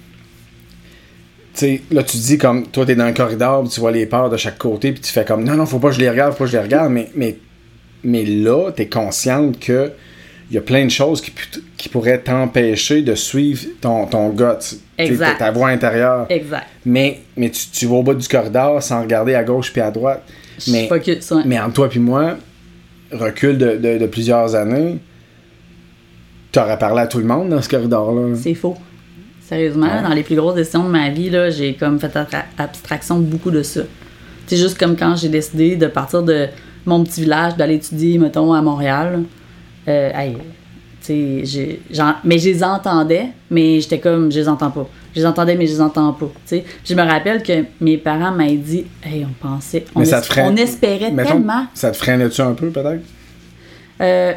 tu sais, là, tu te dis comme, toi, t'es dans un corridor, puis tu vois les peurs de chaque côté, puis tu fais comme, non, non, faut pas que je les regarde, faut pas que je les regarde, mais, mais, mais là, t'es consciente que il y a plein de choses qui, qui pourraient t'empêcher de suivre ton, ton gut, exact. Ta voix intérieure. Exact. Mais, mais tu, tu vas au bas du corridor sans regarder à gauche puis à droite. Mais, focus, ouais. mais entre toi puis moi, recul de, de, de plusieurs années, t'aurais parlé à tout le monde dans ce corridor-là. C'est faux. Sérieusement, ouais. Dans les plus grosses décisions de ma vie, là, j'ai comme fait abstraction de beaucoup de ça. C'est juste comme quand j'ai décidé de partir de mon petit village, d'aller étudier, mettons, à Montréal. Euh, hey, tu sais, mais je les entendais, mais j'étais comme, je les entends pas. Je les entendais, mais je les entends pas. T'sais. Je me rappelle que mes parents m'avaient dit, hey, on pensait, on, es- freine... on espérait Mettons, tellement. Ça te freinait-tu un peu, peut-être? Euh,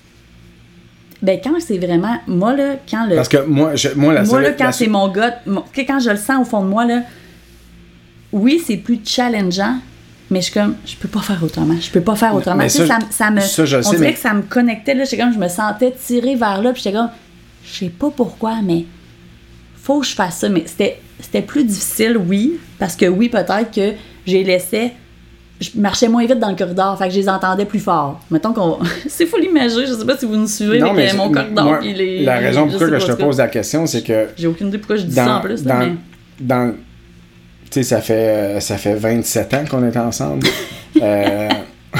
ben, quand c'est vraiment. Moi, là, quand le. Parce que moi, je, moi, la Moi, seule, là, quand la... c'est mon gars, mon, quand je le sens au fond de moi, là, oui, c'est plus challengeant. Mais je suis comme, je peux pas faire autrement. Je peux pas faire autrement. Mais ça, ça, ça me, ça, je on sais, dirait mais... que ça me connectait. Là, j'étais comme, je me sentais tirée vers là. Puis j'étais comme, je sais pas pourquoi, mais faut que je fasse ça. Mais c'était, c'était plus difficile, oui. Parce que oui, peut-être que j'ai laissé. Je marchais moins vite dans le corridor. Fait que je les entendais plus fort. Mettons qu'on. C'est fou l'imaginer. Je sais pas si vous nous suivez non, avec mais mon corridor. Moi, puis les, la raison je pourquoi que je te pas, pose la question, c'est que. J'ai aucune idée pourquoi je dis dans, ça en plus. Dans, là, mais... dans, tu sais, ça fait, ça fait vingt-sept ans qu'on est ensemble. euh,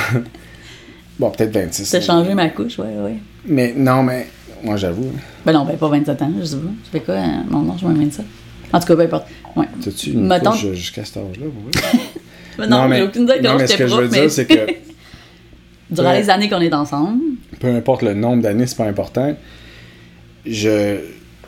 bon, peut-être vingt-six. T'as changé ma couche, ouais, ouais. Mais non, mais moi, j'avoue. Ben non, ben pas vingt-sept ans, je sais pas. Ça fait quoi? Euh, non, non, je m'en vingt-sept. En tout cas, peu importe. Ouais. T'as-tu une Mettons... couche jusqu'à cet âge-là? ben non, non, mais j'ai aucune idée que non, mais ce que je veux mais... dire, c'est que... Durant ouais. les années qu'on est ensemble... Peu importe le nombre d'années, c'est pas important. Je...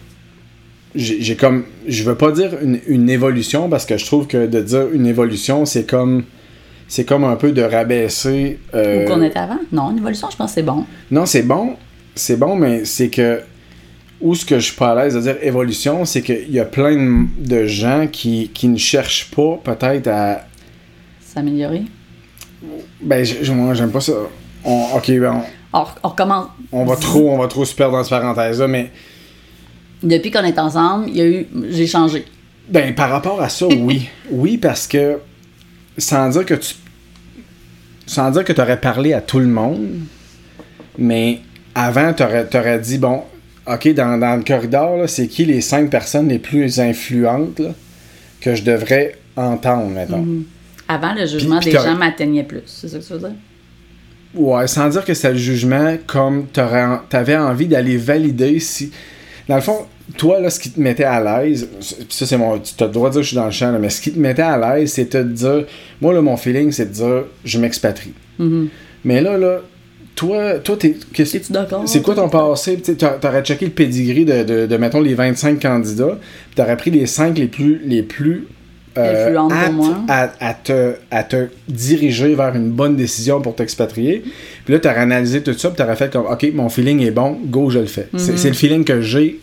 J'ai, j'ai comme... Je veux pas dire une, une évolution, parce que je trouve que de dire une évolution, c'est comme... C'est comme un peu de rabaisser... Euh... Où qu'on était avant? Non, une évolution, je pense que c'est bon. Non, c'est bon. C'est bon, mais c'est que... Où ce que je suis pas à l'aise de dire évolution, c'est qu'il y a plein de gens qui, qui ne cherchent pas peut-être à... S'améliorer? Ben, je, moi, j'aime pas ça. On, ok, ben... On, on recommence. On va trop, on va trop se perdre dans cette parenthèse-là, mais... Depuis qu'on est ensemble, il y a eu... J'ai changé. Ben, par rapport à ça, oui. Oui, parce que... Sans dire que tu... Sans dire que tu aurais parlé à tout le monde, mais avant, tu aurais dit, bon, OK, dans, dans le corridor, là, c'est qui les cinq personnes les plus influentes là, que je devrais entendre, mettons. Mm-hmm. Avant, le jugement puis, puis des gens m'atteignait plus, c'est ça que tu veux dire? Ouais, sans dire que c'est le jugement, comme tu avais envie d'aller valider si... Dans le fond, toi, là, ce qui te mettait à l'aise, ça, c'est mon... Tu as le droit de dire que je suis dans le champ, là, mais ce qui te mettait à l'aise, c'était de dire... Moi, là, mon feeling, c'est de dire, je m'expatrie. Mm-hmm. Mais là, là, toi, toi t'es... Es-tu d'accord? C'est quoi ton passé? Tu aurais checké le pedigree de, de, de, mettons, les vingt-cinq candidats, puis tu aurais pris les cinq les plus... Les plus Euh, à, à, à, te, à te diriger vers une bonne décision pour t'expatrier. Puis là, tu as analysé tout ça, puis tu aurais fait comme, OK, mon feeling est bon, go, je le fais. Mm-hmm. C'est, c'est le feeling que j'ai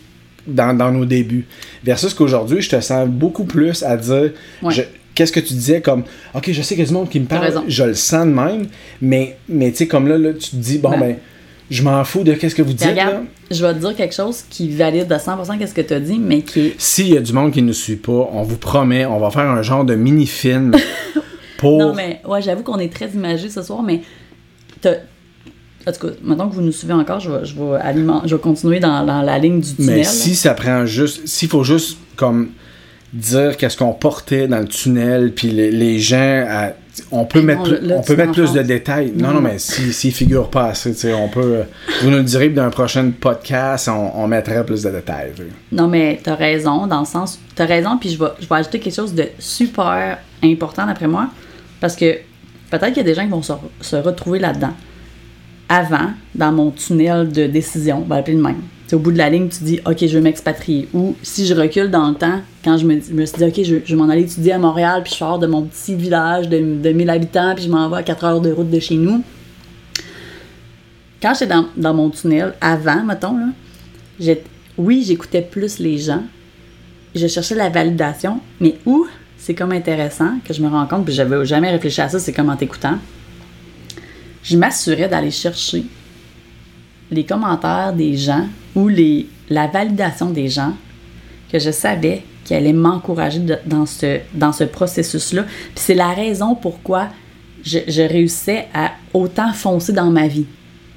dans, dans nos débuts. Versus qu'aujourd'hui, je te sens beaucoup plus à dire... Ouais. Je, qu'est-ce que tu disais comme OK, je sais qu'il y a du monde qui me parle, je le sens de même, mais, mais tu sais, comme là, là, tu te dis bon ben, ben je m'en fous de qu'est-ce que vous dites. Regarde, là. Je vais te dire quelque chose qui valide à cent pour cent qu'est-ce que tu as dit, mais qui est... S'il y a du monde qui ne nous suit pas, on vous promet, on va faire un genre de mini-film pour... Non, mais ouais, j'avoue qu'on est très imagé ce soir, mais t'as... En tout cas, maintenant que vous nous suivez encore, je vais, je vais, aliment... je vais continuer dans, dans la ligne du tunnel. Mais si ça prend juste... S'il faut juste comme dire qu'est-ce qu'on portait dans le tunnel, puis les, les gens... À, on peut hey, mettre, non, là, on peut mettre plus de détails. Non, non, non mais s'ils si, si figurent pas assez, on peut... Vous nous le direz, dans un prochain podcast, on, on mettrait plus de détails. T'sais. Non, mais t'as raison, dans le sens... T'as raison, puis je vais, je vais ajouter quelque chose de super important, d'après moi, parce que peut-être qu'il y a des gens qui vont se, se retrouver là-dedans. Avant, dans mon tunnel de décision, on va l'appeler de même. T'sais, au bout de la ligne, tu dis « OK, je veux m'expatrier ». Ou si je recule dans le temps, quand je me, je me suis dit « OK, je, je vais m'en aller étudier à Montréal, puis je sors de mon petit village de, de mille habitants, puis je m'en vais à quatre heures de route de chez nous ». Quand j'étais dans, dans mon tunnel, avant, mettons, là, j'ai, oui, j'écoutais plus les gens, je cherchais la validation, mais où c'est comme intéressant que je me rends compte, puis j'avais jamais réfléchi à ça, c'est comme en t'écoutant. Je m'assurais d'aller chercher les commentaires des gens ou les, la validation des gens que je savais qui allaient m'encourager de, dans, ce, dans ce processus-là. Puis c'est la raison pourquoi je, je réussissais à autant foncer dans ma vie.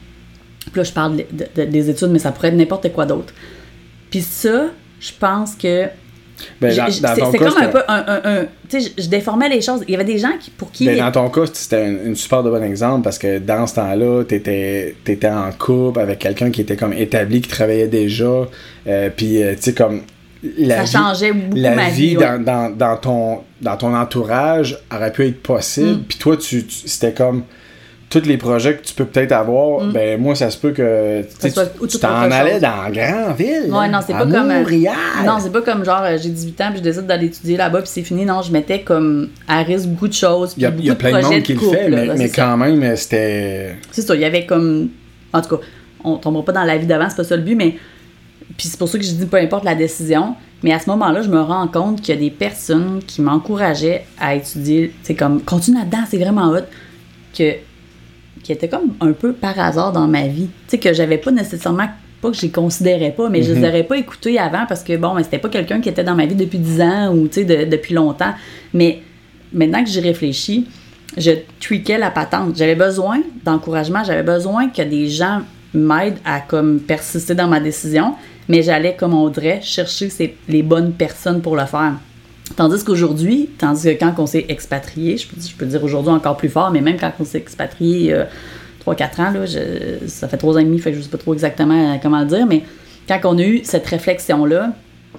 Puis là, je parle de, de, des études, mais ça pourrait être n'importe quoi d'autre. Puis ça, je pense que... Ben, dans, je, dans c'est, ton c'est cas, comme c'était... un peu un, un, un tu sais, je, je déformais les choses. Il y avait des gens qui, pour qui... Ben, dans ton cas, c'était une, une super de bon exemple parce que dans ce temps-là, t'étais, t'étais en couple avec quelqu'un qui était comme établi, qui travaillait déjà, euh, puis euh, tu sais, comme... La ça vie, changeait beaucoup la ma vie vie. dans, Ouais. dans, dans, ton, dans ton entourage aurait pu être possible, Mm. puis toi, tu, tu, c'était comme... Tous les projets que tu peux peut-être avoir, mm. ben moi, ça se peut que tu, soit, tu, tu t'en allais chose. Dans la grande ville. Ouais, non, c'est à pas comme. Montréal. Non, c'est pas comme genre, j'ai dix-huit ans puis je décide d'aller étudier là-bas puis c'est fini. Non, je mettais comme à risque beaucoup de choses. Il y a, beaucoup y a plein de, de monde qui couple, le fait, mais, là, mais quand ça. Même, c'était. C'est ça, il y avait comme. En tout cas, on tombera pas dans la vie d'avant, c'est pas ça le but, mais. Puis c'est pour ça que je dis peu importe la décision. Mais à ce moment-là, je me rends compte qu'il y a des personnes qui m'encourageaient à étudier. C'est comme, continue là-dedans, c'est vraiment hot. Que. Qui était comme un peu par hasard dans ma vie. Tu sais, que j'avais pas nécessairement, pas que je les considérais pas, mais mm-hmm. je les aurais pas écoutés avant parce que, bon, mais c'était pas quelqu'un qui était dans ma vie depuis dix ans ou, tu sais, de, depuis longtemps. Mais maintenant que j'y réfléchis, je tweakais la patente. J'avais besoin d'encouragement, j'avais besoin que des gens m'aident à, comme, persister dans ma décision, mais j'allais, comme on dirait, chercher ces, les bonnes personnes pour le faire. Tandis qu'aujourd'hui, tandis que quand on s'est expatrié, je peux, je peux dire aujourd'hui encore plus fort, mais même quand on s'est expatrié euh, trois quatre ans, là, je, ça fait trois ans et demi, fait que je sais pas trop exactement comment le dire, mais quand on a eu cette réflexion-là,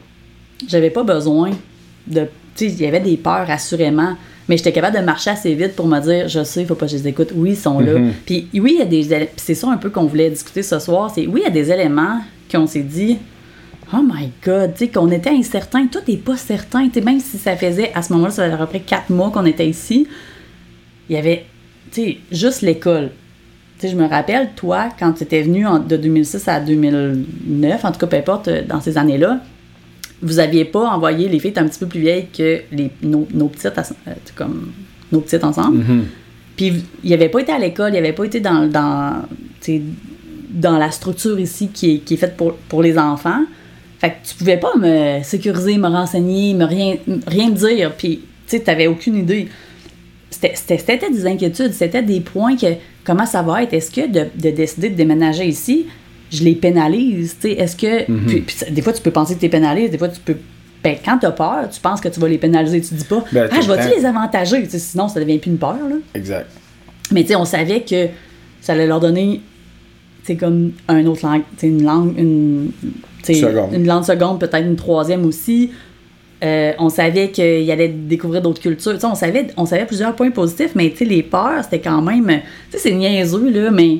j'avais pas besoin de... Tu sais, il y avait des peurs, assurément, mais j'étais capable de marcher assez vite pour me dire, je sais, il faut pas que je les écoute. Oui, ils sont là. Mm-hmm. Puis oui, il y a des... Puis c'est ça un peu qu'on voulait discuter ce soir, c'est oui, il y a des éléments qu'on s'est dit... Oh my God, tu sais, qu'on était incertain, tout n'est pas certain. Tu sais, même si ça faisait, à ce moment-là, ça faisait à peu près quatre mois qu'on était ici, il y avait, tu sais, juste l'école. Tu sais, je me rappelle, toi, quand tu étais venu en, de deux mille six à deux mille neuf, en tout cas, peu importe, dans ces années-là, vous n'aviez pas envoyé, les filles étaient un petit peu plus vieilles que les, nos, nos petites, euh, comme nos petites ensemble. Mm-hmm. Puis, il n'avait pas été à l'école, il n'avait pas été dans, dans, tu sais, dans la structure ici qui est, qui est faite pour, pour les enfants. Fait que tu pouvais pas me sécuriser, me renseigner, me rien, rien me dire, puis tu sais, t'avais aucune idée. C'était, c'était, c'était des inquiétudes, c'était des points que, comment ça va être? Est-ce que de, de décider de déménager ici, je les pénalise? Tu sais, est-ce que... Mm-hmm. Puis, puis, des fois, tu peux penser que tu les pénalises, des fois, tu peux... Ben, quand t'as peur, tu penses que tu vas les pénaliser, tu dis pas, ben, ah, je vais-tu les avantager? Tu sais, sinon, ça devient plus une peur, là. Exact. Mais tu sais, on savait que ça allait leur donner, tu sais, comme un autre langue, tu sais, une langue, une... Seconde. Une langue seconde, peut-être une troisième aussi. Euh, on savait qu'il allait découvrir d'autres cultures. On savait, on savait plusieurs points positifs, mais les peurs, c'était quand même... Tu sais, c'est niaiseux, là, mais...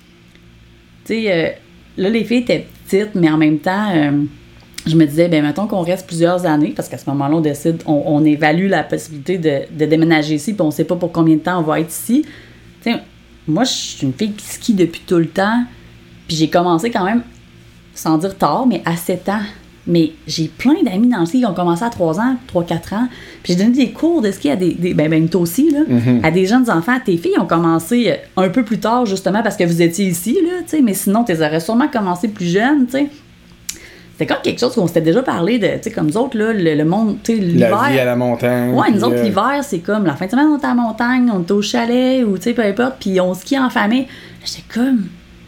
Tu sais, euh, là, les filles étaient petites, mais en même temps, euh, je me disais, ben mettons qu'on reste plusieurs années, parce qu'à ce moment-là, on décide, on, on évalue la possibilité de, de déménager ici, puis on sait pas pour combien de temps on va être ici. Tu sais, moi, je suis une fille qui skie depuis tout le temps, puis j'ai commencé quand même... sans dire tard, mais à sept ans, Mais j'ai plein d'amis dans le ski qui ont commencé à trois ans, trois quatre ans. Puis j'ai donné des cours de ski à des... des ben, ben, toi aussi, là, mm-hmm. à des jeunes enfants. Tes filles ont commencé un peu plus tard, justement, parce que vous étiez ici, là, tu sais. Mais sinon, tu les aurais sûrement commencé plus jeunes, tu sais. C'était comme quelque chose qu'on s'était déjà parlé de, tu sais, comme nous autres, là, le, le monde, tu sais, l'hiver. La vie à la montagne. Ouais, nous autres, euh... l'hiver, c'est comme la fin de semaine, on est à la montagne, on est au chalet, ou tu sais, peu importe, puis on skie en famille. J'étais comme,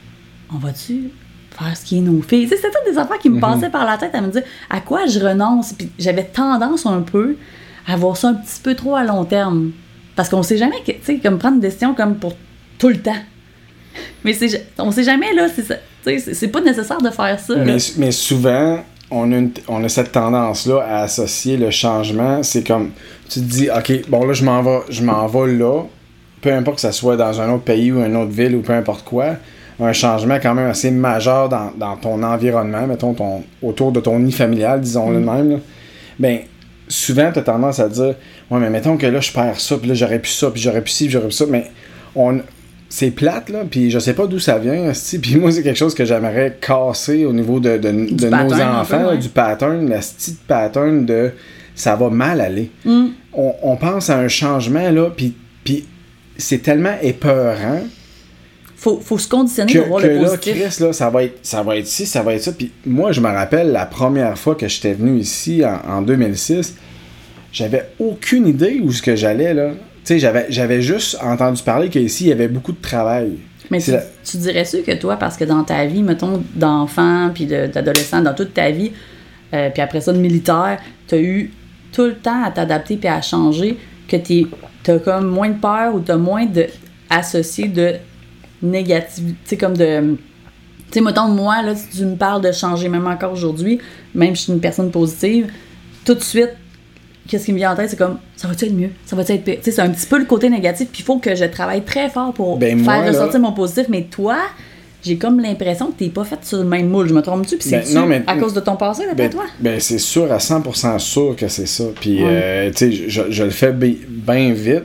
on va-tu faire skier nos filles? Tu sais, c'était toutes des affaires qui me mm-hmm. passaient par la tête à me dire à quoi je renonce. Puis j'avais tendance un peu à voir ça un petit peu trop à long terme. Parce qu'on sait jamais, tu sais, comme prendre une décision comme pour tout le temps. Mais c'est, on sait jamais, là, c'est ça. C'est, c'est pas nécessaire de faire ça. Mais, mais souvent, on a, une, on a cette tendance-là à associer le changement. C'est comme, tu te dis, OK, bon là, je m'en vais, je m'en vais là, peu importe que ça soit dans un autre pays ou une autre ville ou peu importe quoi, un changement quand même assez majeur dans, dans ton environnement, mettons, ton, autour de ton nid familial, disons-le de même, là. Ben, souvent, tu as tendance à dire, ouais, mais mettons que là, je perds ça, puis là, j'aurais pu ça, puis j'aurais pu ci, puis j'aurais pu ça, mais on... c'est plate, là, puis je sais pas d'où ça vient, puis moi, c'est quelque chose que j'aimerais casser au niveau de, de, de nos pattern, enfants, peu, ouais. là, du pattern, la petite pattern de ça va mal aller. Mm. On, on pense à un changement, là, puis, puis c'est tellement épeurant. Faut, faut se conditionner que, pour voir que le là, positif. Chris, là, ça va être ça va être ci, ça va être ça. Puis moi, je me rappelle la première fois que j'étais venu ici, en, en deux mille six, j'avais aucune idée où ce que j'allais, là. Tu sais, j'avais, j'avais juste entendu parler qu'ici, il y avait beaucoup de travail. Mais tu, la... tu dirais-tu que toi, parce que dans ta vie, mettons, d'enfant, puis de, d'adolescent, dans toute ta vie, euh, puis après ça, de militaire, t'as eu tout le temps à t'adapter puis à changer, que t'es, t'as comme moins de peur ou t'as moins de associé de négativité, tu sais, comme de... Tu sais, mettons, moi, là, si tu me parles de changer, même encore aujourd'hui, même si je suis une personne positive, tout de suite, qu'est-ce qui me vient en tête, c'est comme, ça va-tu être mieux? Ça va-tu être pire? Tu sais, c'est un petit peu le côté négatif, puis il faut que je travaille très fort pour ben faire moi, ressortir là... mon positif. Mais toi, j'ai comme l'impression que t'es pas fait sur le même moule. Je me trompe-tu? Puis ben, c'est non, mais... à cause de ton passé, d'après ben, toi? Ben, c'est sûr, à cent pour cent sûr que c'est ça. Puis, ouais. euh, tu sais, je, je le fais bien b- vite.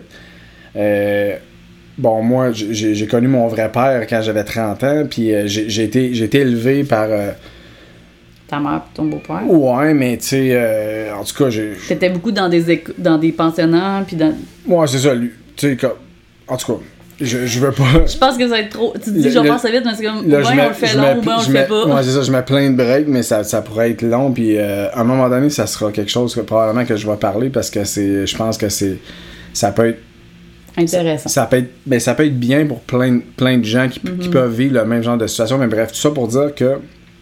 Euh, bon, moi, j'ai, j'ai connu mon vrai père quand j'avais trente ans, puis euh, j'ai, j'ai, été, j'ai été élevé par... Euh, ta mère et ton beau-père? Ouais, mais tu sais, euh, en tout cas, j'ai... T'étais beaucoup dans des, éco- dans des pensionnats, puis dans... Ouais, c'est ça, lui. Tu sais, en tout cas, je, je veux pas... Je pense que ça va être trop... Tu te dis, le, je vais faire ça vite, mais c'est comme, là, ou bien on le fait long, ou bien on le mets, fait pas. Ouais, c'est ça, je mets plein de breaks, mais ça, ça pourrait être long, puis euh, à un moment donné, ça sera quelque chose que probablement que je vais parler, parce que c'est... Je pense que c'est... Ça peut être... Intéressant. Ça, ça, peut être, ben, ça peut être bien pour plein, plein de gens qui, mm-hmm. qui peuvent vivre le même genre de situation, mais bref, tout ça pour dire que...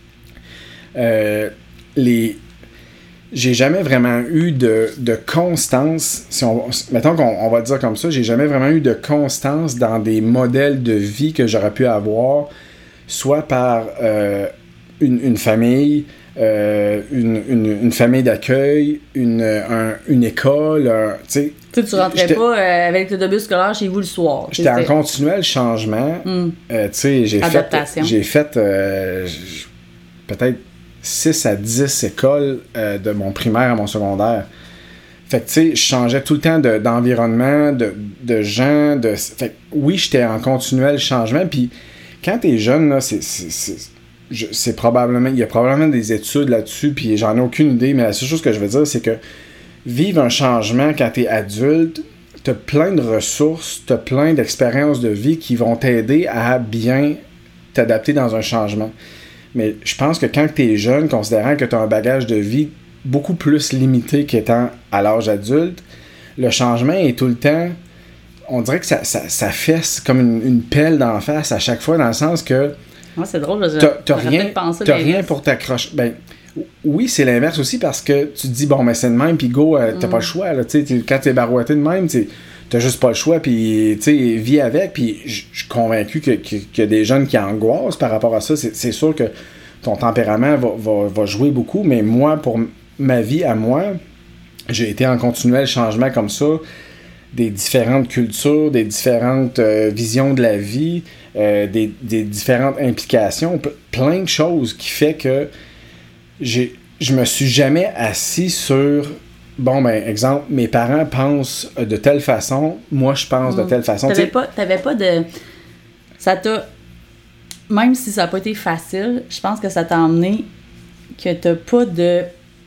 Euh, les j'ai jamais vraiment eu de, de constance, si on mettons qu'on on va dire comme ça, j'ai jamais vraiment eu de constance dans des modèles de vie que j'aurais pu avoir, soit par euh, une, une famille, euh, une, une, une famille d'accueil, une, un, une école, tu sais. Tu sais, tu rentrais pas euh, avec l'autobus scolaire chez vous le soir. J'étais en continuel changement. Mm. Euh, tu sais, j'ai Adaptation. fait, j'ai fait euh, peut-être six à dix écoles euh, de mon primaire à mon secondaire. Fait que, tu sais, je changeais tout le temps de, d'environnement, de, de gens, de... Fait que, oui, j'étais en continuel changement, puis quand t'es jeune, là, c'est... c'est, c'est, je, c'est probablement... Il y a probablement des études là-dessus, puis j'en ai aucune idée, mais la seule chose que je veux dire, c'est que vivre un changement quand t'es adulte, t'as plein de ressources, t'as plein d'expériences de vie qui vont t'aider à bien t'adapter dans un changement. Mais je pense que quand tu es jeune, considérant que tu as un bagage de vie beaucoup plus limité qu'étant à l'âge adulte, le changement est tout le temps... On dirait que ça, ça, ça fesse comme une, une pelle d'en face à chaque fois, dans le sens que... Ouais, c'est drôle, je, t'as, t'as rien, pensé t'as rien pour t'accrocher. Ben, oui, c'est l'inverse aussi, parce que tu te dis, bon, mais c'est de même, puis go, euh, t'as mm. pas le choix. Là, t'sais, quand t'es barouetté de même, t'sais, t'as juste pas le choix, puis tu sais, vis avec, puis je suis convaincu que, que, qu'il y a des jeunes qui angoissent par rapport à ça. C'est, c'est sûr que ton tempérament va, va, va jouer beaucoup, mais moi, pour ma vie à moi, j'ai été en continuel changement comme ça, des différentes cultures, des différentes euh, visions de la vie, euh, des, des différentes implications, p- plein de choses qui fait que j'ai, je me suis jamais assis sur... Bon, ben, exemple, mes parents pensent de telle façon, moi, je pense mmh. de telle façon. T'avais pas, t'avais pas de... Ça t'a... Même si ça n'a pas été facile, je pense que ça t'a emmené que t'as pas de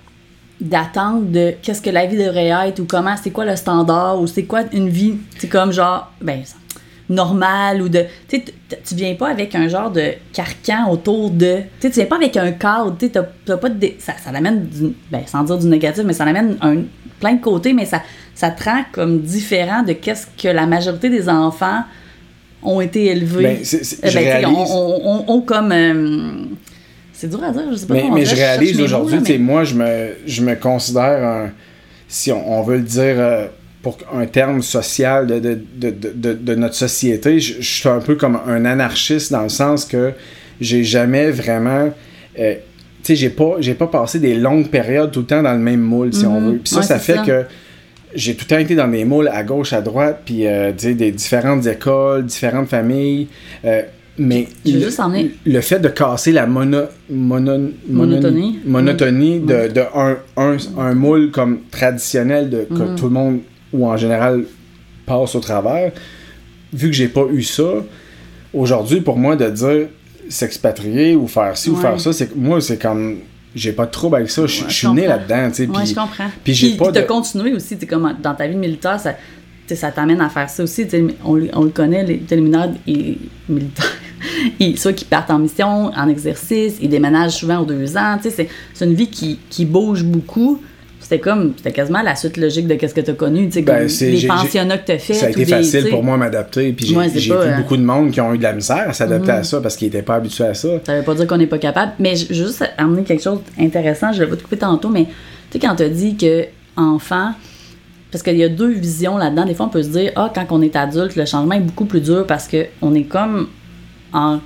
d'attente de qu'est-ce que la vie devrait être ou comment, c'est quoi le standard ou c'est quoi une vie, c'est comme genre, ben, normale ou de, tu sais, tu viens pas avec un genre de carcan autour de, tu sais, tu viens pas avec un cadre, tu sais, t'as, t'as pas de, dé- ça, ça l'amène, du, ben, sans dire du négatif, mais ça l'amène un, plein de côtés, mais ça, ça te rend comme différent de qu'est-ce que la majorité des enfants ont été élevés. Ben, c'est, c'est, Euh, je ben, tu sais, réalise... on, on, on, on comme... euh, c'est dur à dire, je sais pas Mais, comment mais dire, je réalise cherche mes aujourd'hui, mots, là, tu sais, mais- moi, je me, je me considère, un, si on, on veut le dire euh, pour un terme social de, de, de, de, de notre société, je, je suis un peu comme un anarchiste dans le sens que j'ai jamais vraiment... Euh, tu sais, j'ai pas, j'ai pas passé des longues périodes tout le temps dans le même moule, si Mm-hmm. on veut. Puis ça, Ouais, ça c'est fait ça. que j'ai tout le temps été dans des moules à gauche, à droite, puis euh, tu sais, des différentes écoles, différentes familles. Euh, mais Je veux le, juste emmener- le fait de casser la mono, mono- Monotonie. monotonie de, Ouais. de un, un, un moule comme traditionnel de, que Mhm. tout le monde, ou en général, passe au travers, vu que j'ai pas eu ça, aujourd'hui, pour moi, de dire s'expatrier ou faire ci ou Ouais. faire ça, c'est moi, c'est comme... J'ai pas de trouble avec ça. Je Ouais, je je suis né comprends. là-dedans, tu sais. Ouais, puis- je comprends. Puis j'ai Puis, pas puis t'as de... continué aussi, tu sais, comme dans ta vie de militaire, ça, tu sais, ça t'amène à faire ça aussi. Tu sais, on, le- on le connaît, les, les militaires, ils, militaires ils, soit qu'ils partent en mission, en exercice, ils déménagent souvent aux deux ans. Tu sais, c'est, c'est une vie qui, qui bouge beaucoup. C'était comme, c'était quasiment la suite logique de qu'est-ce que t'as connu, tu sais, Ben, comme c'est- les j'ai- pensionnats que t'as fait. Ça a été facile pour moi à m'adapter. Puis j'ai, Ouais, c'est j'ai pas, vu euh, beaucoup de monde qui ont eu de la misère à s'adapter Mhm. à ça parce qu'ils étaient pas habitués à ça. Ça veut pas dire qu'on n'est pas capable, mais je je veux juste amener quelque chose d'intéressant, je l'ai pas te couper tantôt, mais tu sais, quand t'as dit que enfant, parce qu'il y a deux visions là-dedans, des fois on peut se dire, ah, quand on est adulte, le changement est beaucoup plus dur parce qu'on est comme en.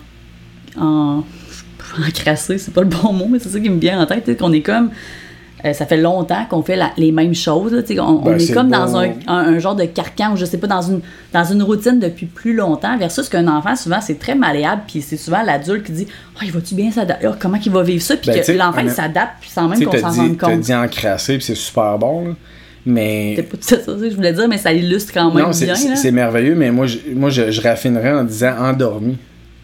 en. encrassé, c'est pas le bon mot, mais c'est ça qui me vient en tête, tu sais, qu'on est comme. Euh, ça fait longtemps qu'on fait la- les mêmes choses. Là, tu sais, on, Ben, on est c'est comme beau. dans un, un, un genre de carcan, ou je sais pas, dans une, dans une routine depuis plus longtemps, versus qu'un enfant, souvent, c'est très malléable, puis c'est souvent l'adulte qui dit « Ah, il va-tu bien s'adapter? Ah, comment il va vivre ça? » Puis Ben, que tu sais, l'enfant, il honnêt- s'adapte, puis sans même Tu sais, qu'on t'as s'en dit, rende t'as compte. dit encrassé, puis c'est super bon, là. Mais... C'est pas tout ça, ça que je voulais dire, mais ça illustre quand même Non, c'est, bien. c'est, là. c'est merveilleux, mais moi, je, moi je, je raffinerais en disant endormi.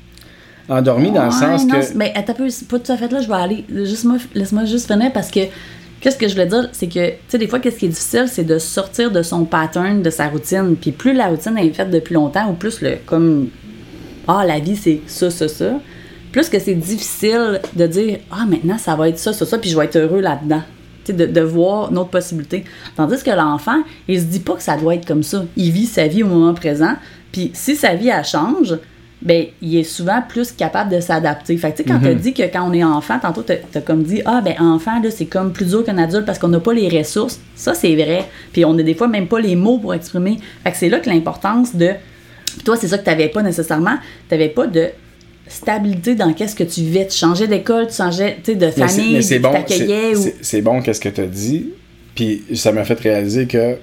Endormi dans le Ouais, sens non, que... c'est- mais attends un peu, c'est pas tout à fait là, je vais aller. Juste moi, laisse-moi juste finir parce que qu'est-ce que je voulais dire, c'est que, tu sais, des fois, qu'est-ce qui est difficile, c'est de sortir de son pattern, de sa routine. Puis plus la routine est faite depuis longtemps, ou plus le, comme, ah, la vie, c'est ça, ça, ça, plus que c'est difficile de dire, ah, maintenant, ça va être ça, ça, ça, puis je vais être heureux là-dedans. Tu sais, de, de voir une autre possibilité. Tandis que l'enfant, il se dit pas que ça doit être comme ça. Il vit sa vie au moment présent, puis si sa vie, elle change, ben il est souvent plus capable de s'adapter. Fait que tu sais, quand t'as dit que quand on est enfant, tantôt t'as, t'as comme dit, ah ben enfant, là, c'est comme plus dur qu'un adulte parce qu'on n'a pas les ressources. Ça, c'est vrai. Puis on a des fois même pas les mots pour exprimer. Fait que c'est là que l'importance de... Puis toi, c'est ça que t'avais pas nécessairement. T'avais pas de stabilité dans qu'est-ce que tu vivais. Tu changeais d'école, tu changeais, tu sais, de Mais c'est, famille, mais c'est tu bon, t'accueillais. c'est, ou... c'est, c'est bon qu'est-ce que tu as dit. Puis ça m'a fait réaliser que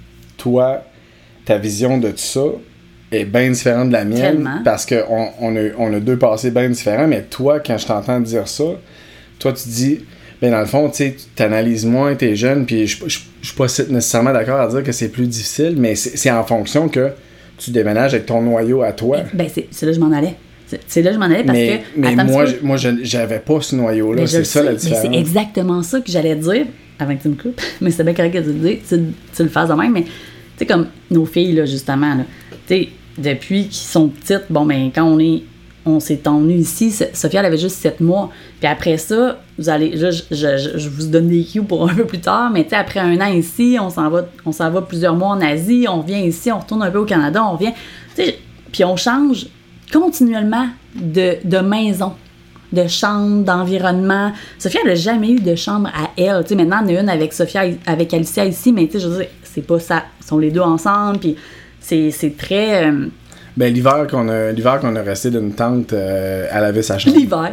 toi, ta vision de tout ça est bien différente de la mienne. Tellement. Parce qu'on on a, on a deux passés bien différents. Mais toi, quand je t'entends dire ça, toi, tu dis, ben dans le fond, tu sais, tu t'analyses moins, t'es jeune, puis je je- je suis pas nécessairement d'accord à dire que c'est plus difficile, mais c'est, c'est en fonction que tu déménages avec ton noyau à toi. Ben c'est, c'est là que je m'en allais. C'est, c'est là que je m'en allais parce mais que... mais attends un moi, petit peu. je- moi je, j'avais pas ce noyau-là. Mais je C'est le ça sais, la mais différence. c'est exactement ça que j'allais dire avant que tu me coupes. Mais c'est bien correct que tu le dises, tu, tu le fasses de même. Mais tu sais, comme nos filles, là, justement, là, tu sais, depuis qu'ils sont petites, bon, ben, quand on est. On s'est emmenés ici, So- Sophia, elle avait juste sept mois. Puis après ça, vous allez. Là, je, je, je, je vous donne des cues pour un peu plus tard, mais tu sais, après un an ici, on s'en va, on s'en va plusieurs mois en Asie, on revient ici, on retourne un peu au Canada, on revient. Tu sais, puis on change continuellement de, de maison, de chambre, d'environnement. Sophia, elle n'a jamais eu de chambre à elle. Tu sais, maintenant, on a une avec Sophia, avec Alicia ici, mais tu sais, je veux dire, c'est pas ça. Ils sont les deux ensemble, puis c'est, c'est très... euh, Ben, l'hiver qu'on a, l'hiver qu'on a resté d'une tente, euh, elle avait sa chambre. l'hiver.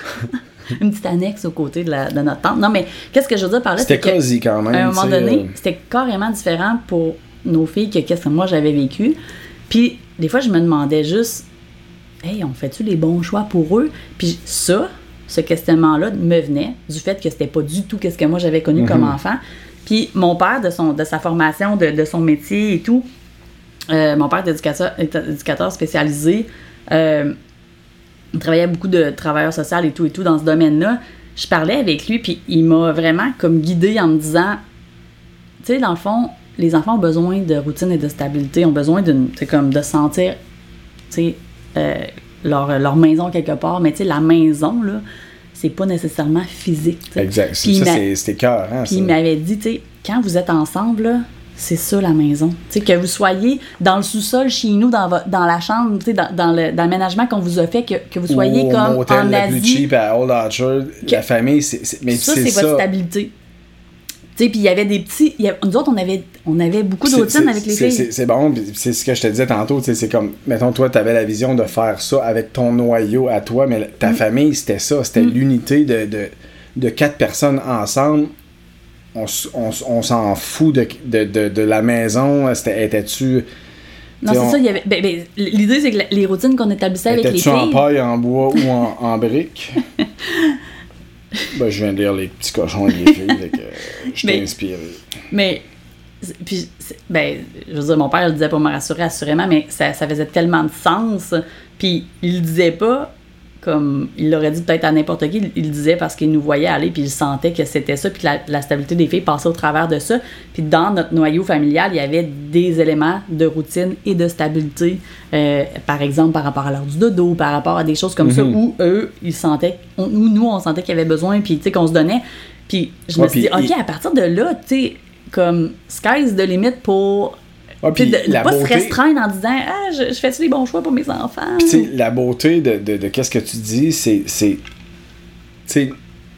Une petite annexe aux côtés de, la, de notre tente. Non, mais qu'est-ce que je veux dire par là? C'était c'est que, cosy quand même. à un moment tu sais, donné, euh, c'était carrément différent pour nos filles que qu'est-ce que moi j'avais vécu. Puis, des fois, je me demandais juste, hey, on fait-tu les bons choix pour eux? Puis ça, ce questionnement-là me venait du fait que c'était pas du tout ce que moi j'avais connu Mhm. comme enfant. Puis mon père, de, son, de sa formation, de, de son métier et tout, euh, mon père est éducateur, est éducateur spécialisé, euh, il travaillait beaucoup de travailleurs sociaux et tout et tout dans ce domaine-là. je parlais avec lui, puis il m'a vraiment comme guidée en me disant, tu sais, dans le fond, les enfants ont besoin de routine et de stabilité, ont besoin d'une, c'est comme de sentir, tu sais, euh, leur, leur maison quelque part, mais tu sais, la maison, là, c'est pas nécessairement physique. T'sais. Exact. Puis ça, c'est, c'était cœur, hein, Puis il m'avait dit, tu sais, quand vous êtes ensemble, là, c'est ça la maison. Tu sais, que vous soyez dans le sous-sol chez nous, dans, vo- dans la chambre, tu sais, dans, dans, le, dans l'aménagement qu'on vous a fait, que, que vous soyez Ou comme motel en le Asie. plus cheap à Old Orchard, Que- la famille, c'est, c'est mais ça, c'est, c'est ça. votre stabilité. Tu sais, puis il y avait des petits... il y a- nous autres, on avait, on avait beaucoup de C'est- routines c'est- avec les c'est, filles. C'est, c'est bon, pis c'est ce que je te disais tantôt, tu sais, c'est comme, mettons, toi, t'avais la vision de faire ça avec ton noyau à toi, mais ta Mm. famille, c'était ça, c'était Mm. l'unité de, de, de quatre personnes ensemble. On, s- on, s- on s'en fout de, de, de, de la maison, c'était, étais-tu... Non, t'sais, c'est on- ça. Il y avait, ben, ben, l'idée, c'est que la- les routines qu'on établissait avec les Étais-tu filles... en paille, en bois ou en, en briques? Ben, je viens de lire Les Petits Cochons et les filles, fait que je t'ai Mais- inspiré. Mais, c'est- puis, c'est- ben, je veux dire, mon père le disait pour me rassurer, assurément, mais ça, ça faisait tellement de sens. Puis, il le disait pas comme il l'aurait dit peut-être à n'importe qui, il, il le disait parce qu'il nous voyait aller, puis il sentait que c'était ça, puis que la, la stabilité des filles passait au travers de ça. Puis, dans notre noyau familial, il y avait des éléments de routine et de stabilité, euh, par exemple, par rapport à l'heure du dodo, par rapport à des choses comme ça, Mhm. où eux, ils sentaient, on- où nous, on sentait qu'il y avait besoin, puis, tu sais, qu'on se donnait. Puis, je me Ouais, suis dit, puis OK, il- à partir de là, tu sais, comme sky's the limit pour Ah, tu sais, puis de, de la pas se beauté- restreindre en disant ah je, je fais-tu les bons choix pour mes enfants. Puis, tu sais, la beauté de, de, de qu'est-ce que tu dis, c'est. c'est tu sais,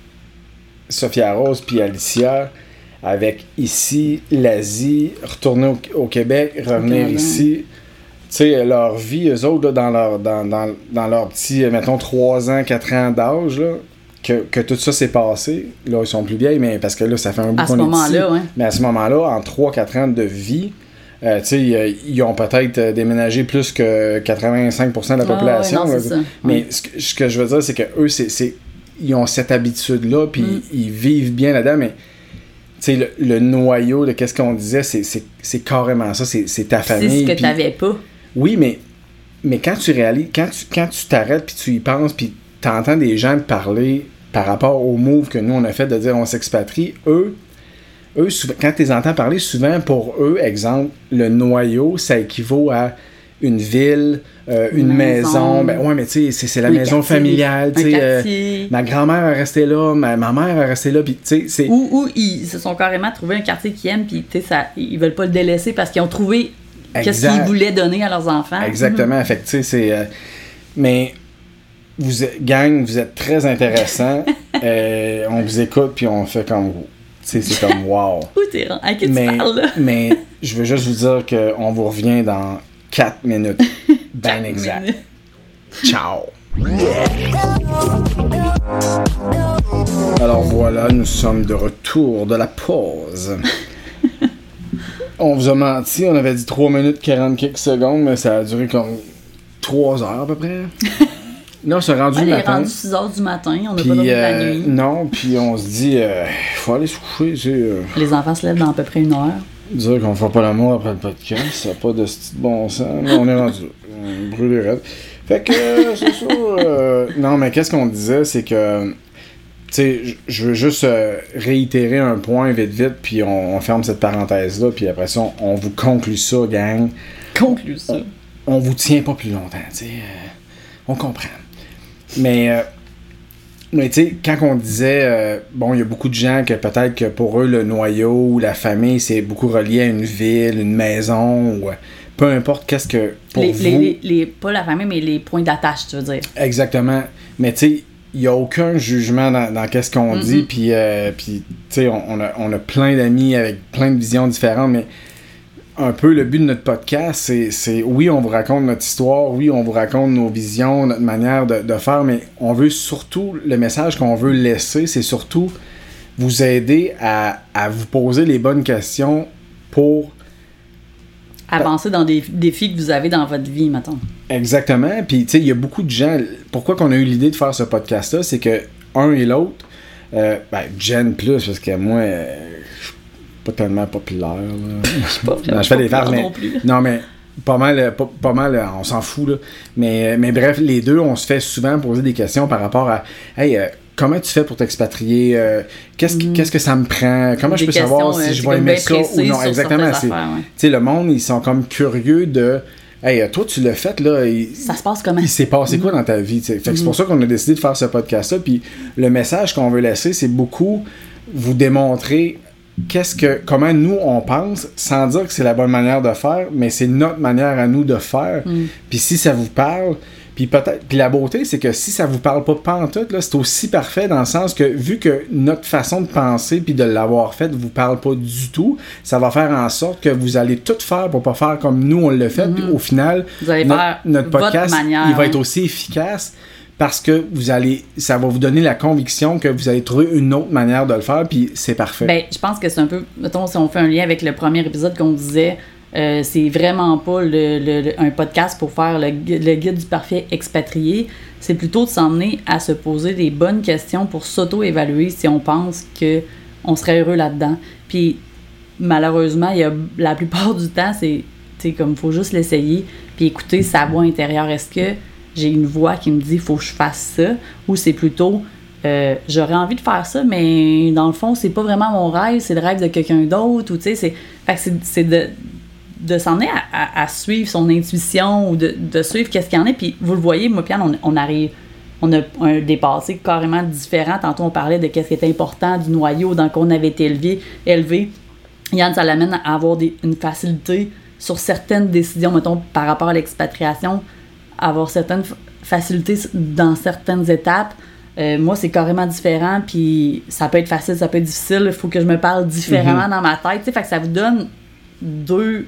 Sophia Rose puis Alicia, avec ici, l'Asie, retourner au, au Québec, revenir Canada. ici. Tu sais, leur vie, eux autres, là, dans leur, dans, dans, dans leur petit, euh, mettons, trois ans, quatre ans d'âge, là, que, que tout ça s'est passé. Là, ils sont plus vieilles, mais parce que là, ça fait un bout À ce qu'on est moment-là, ici. ouais. Mais à ce moment-là, en trois quatre ans de vie, euh, tu sais, euh, ils ont peut-être euh, déménagé plus que quatre-vingt-cinq pour cent de la Ah, population. ouais, non, là. c'est ça. Mais Ouais. ce, que, ce que je veux dire, c'est que eux, c'est, c'est, ils ont cette habitude-là, puis Mm. ils vivent bien là-dedans, mais tu sais, le, le noyau de qu'est-ce qu'on disait, c'est, c'est, c'est carrément ça, c'est, c'est ta C'est famille. ce que puis- t'avais pas. Oui, mais, mais quand tu réalises, quand tu, quand tu t'arrêtes, puis tu y penses, puis t'entends des gens te parler par rapport au move que nous, on a fait de dire on s'expatrie, eux, eux souvent, quand tu les entends parler, souvent pour eux, exemple, le noyau, ça équivaut à une ville, euh, une Une maison. maison. Ben ouais, mais tu sais, c'est, c'est la Oui, maison quartier, familiale. tu un sais, euh, quartier. ma grand-mère est restée là, ma, ma mère est restée là, puis tu sais, c'est. Ou, ou ils se sont carrément trouvé un quartier qu'ils aiment, puis tu sais, ça, ils veulent pas le délaisser parce qu'ils ont trouvé qu'est-ce Exact. qu'ils voulaient donner à leurs enfants. Exactement. Fait que, tu sais, c'est. euh, mais, vous êtes, gang, vous êtes très intéressant. Euh, on vous écoute, puis on fait comme. Tu sais, c'est comme wow. Où t'es rendu? À qui mais, tu parles, là? mais je veux juste vous dire qu'on vous revient dans quatre minutes. Ben exact. Ciao. Alors voilà, nous sommes de retour de la pause. On vous a menti, on avait dit trois minutes quarante quelques secondes, mais ça a duré comme trois heures à peu près. Là, on s'est rendu On le est matin. rendu six heures du matin, on n'a Puis, pas dormi euh, la nuit. non, puis on se dit, euh, faut aller se coucher, tu sais. euh, Les enfants se lèvent dans à peu près une heure. Dire qu'on fera pas l'amour après le podcast, ça n'a pas de style bon sens, mais on est rendu là. On brûle les raides. Fait que, euh, c'est ça. euh, non, mais qu'est-ce qu'on disait, c'est que, tu sais, j- je veux juste euh, réitérer un point vite, vite, puis on, on ferme cette parenthèse-là, puis après ça, on, on vous conclut ça, gang. Conclue ça. On vous tient pas plus longtemps, tu sais. euh, on comprend. Mais, euh, mais tu sais, quand on disait, euh, bon, il y a beaucoup de gens que peut-être que pour eux, le noyau ou la famille, c'est beaucoup relié à une ville, une maison, ou euh, peu importe qu'est-ce que pour Les, vous... les, les, les- pas la famille, mais les points d'attache, tu veux dire. Exactement. Mais tu sais, il n'y a aucun jugement dans, dans qu'est-ce qu'on Mm-mm. dit, puis euh, puis, tu sais, on, on a, on a plein d'amis avec plein de visions différentes, mais un peu le but de notre podcast, c'est, c'est oui, on vous raconte notre histoire, oui, on vous raconte nos visions, notre manière de, de faire, mais on veut surtout, le message qu'on veut laisser, c'est surtout vous aider à, à vous poser les bonnes questions pour Avancer dans des défis que vous avez dans votre vie, mettons. Exactement. Puis, tu sais, il y a beaucoup de gens. Pourquoi qu'on a eu l'idée de faire ce podcast-là, c'est que un et l'autre, euh, ben, Jen plus, parce que moi, euh, je suis pas tellement populaire. Là. Je suis pas Non, je fais des farces, mais. non plus. Non, mais pas mal, euh, pas, pas mal, euh, on s'en fout, là. Mais, euh, mais bref, les deux, on se fait souvent poser des questions par rapport à. Hey, euh, comment tu fais pour t'expatrier? Euh, qu'est-ce, mm. qu'est-ce que ça me prend? Comment des je peux savoir euh, si je vais aimer ça ou non? Exactement. C'est, ouais. Tu sais, le monde, ils sont comme curieux de... Hey, toi, tu l'as fait, là. Il, ça se passe comment? Il s'est passé mm. quoi dans ta vie? T'sais? Fait que mm. c'est pour ça qu'on a décidé de faire ce podcast-là. Puis le message qu'on veut laisser, c'est beaucoup vous démontrer qu'est-ce que, comment nous, on pense, sans dire que c'est la bonne manière de faire, mais c'est notre manière à nous de faire. Mm. Puis si ça vous parle... Puis peut-être, puis la beauté, c'est que si ça vous parle pas pantoute, là, c'est aussi parfait dans le sens que vu que notre façon de penser puis de l'avoir fait vous parle pas du tout, ça va faire en sorte que vous allez tout faire pour pas faire comme nous on l'a fait. Mm-hmm. Puis au final, vous allez notre, faire notre podcast, manière, il va hein. être aussi efficace parce que vous allez, ça va vous donner la conviction que vous allez trouver une autre manière de le faire. Puis c'est parfait. Ben, je pense que c'est un peu, mettons, si on fait un lien avec le premier épisode qu'on disait. Euh, c'est vraiment pas le, le, le, un podcast pour faire le, le guide du parfait expatrié. C'est plutôt de s'emmener à se poser des bonnes questions pour s'auto-évaluer si on pense qu'on serait heureux là-dedans. Puis, malheureusement, il y a, la plupart du temps, c'est comme il faut juste l'essayer puis écouter sa voix intérieure. Est-ce que j'ai une voix qui me dit « faut que je fasse ça » ou c'est plutôt euh, « j'aurais envie de faire ça, mais dans le fond, c'est pas vraiment mon rêve, c'est le rêve de quelqu'un d'autre. » ou tu sais, c'est, fait que c'est, c'est de... de s'en aller à, à, à suivre son intuition ou de, de suivre qu'est-ce qu'il y en a. Puis vous le voyez, moi Pierre, on, on arrive, on a un, des passés carrément différents. Tantôt, on parlait de qu'est-ce qui était important du noyau dans lequel on avait été élevé. élevé. Yann, ça l'amène à avoir des, une facilité sur certaines décisions, mettons, par rapport à l'expatriation, avoir certaines facilités dans certaines étapes. Euh, moi, c'est carrément différent, puis ça peut être facile, ça peut être difficile. Il faut que je me parle différemment mm-hmm. dans ma tête. Fait que ça vous donne deux...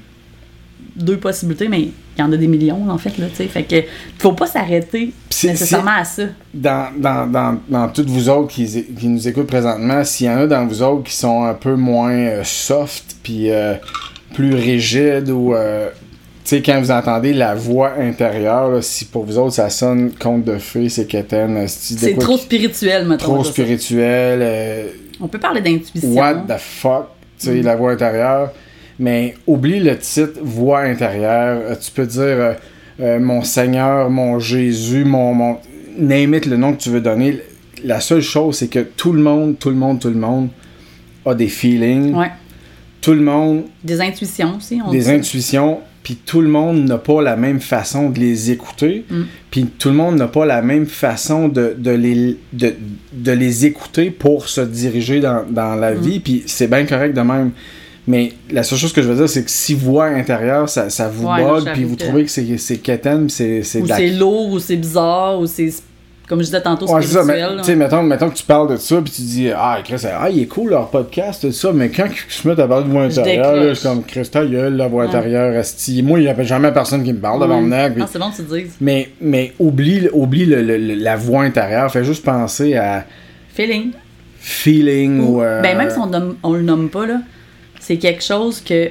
deux possibilités, mais il y en a des millions, en fait, là, tu sais. Fait que faut pas s'arrêter c'est, nécessairement c'est, à ça. Dans, dans, dans, dans toutes vous autres qui, qui nous écoutent présentement, s'il y en a dans vous autres qui sont un peu moins euh, soft, puis euh, plus rigides, ou, euh, tu sais, quand vous entendez la voix intérieure, là, si pour vous autres, ça sonne conte de fées, c'est quétaine, c'est, c'est trop qui, spirituel, mettons. Trop spirituel. Euh, On peut parler d'intuition. What the fuck, tu sais, mm. la voix intérieure. Mais oublie le titre « Voix intérieure ». Tu peux dire euh, euh, « Mon Seigneur, mon Jésus, mon, mon... » Name it, le nom que tu veux donner. La seule chose, c'est que tout le monde, tout le monde, tout le monde a des feelings. Ouais. Tout le monde... Des intuitions aussi. On des dit. intuitions. Puis tout le monde n'a pas la même façon de les écouter. Mm. Puis tout le monde n'a pas la même façon de, de, les, de, de les écouter pour se diriger dans, dans la mm. vie. Puis c'est bien correct de même. Mais la seule chose que je veux dire, c'est que si voix intérieure, ça, ça vous ouais, bug, puis vous que... trouvez que c'est, c'est quétaine, c'est, c'est... Ou la... c'est lourd, ou c'est bizarre, ou c'est, comme je disais tantôt, ouais, spirituel. C'est ça, mais, tu sais, mettons, mettons que tu parles de ça, puis tu dis, ah, Chris, ah, il est cool leur podcast, tout ça, mais quand ils se mettent à parler de voix intérieure, là, je suis comme, Chris, ta gueule, la voix ouais. intérieure, asti. Moi, il n'y a jamais personne qui me parle ouais. de mon neck. Puis... Ah, c'est bon que tu le dises. Mais, mais oublie, oublie le, le, le, la voix intérieure, fais juste penser à... Feeling. Feeling, ou... ou euh... Ben, même si on, nomme, on le nomme pas, là, c'est quelque chose que tu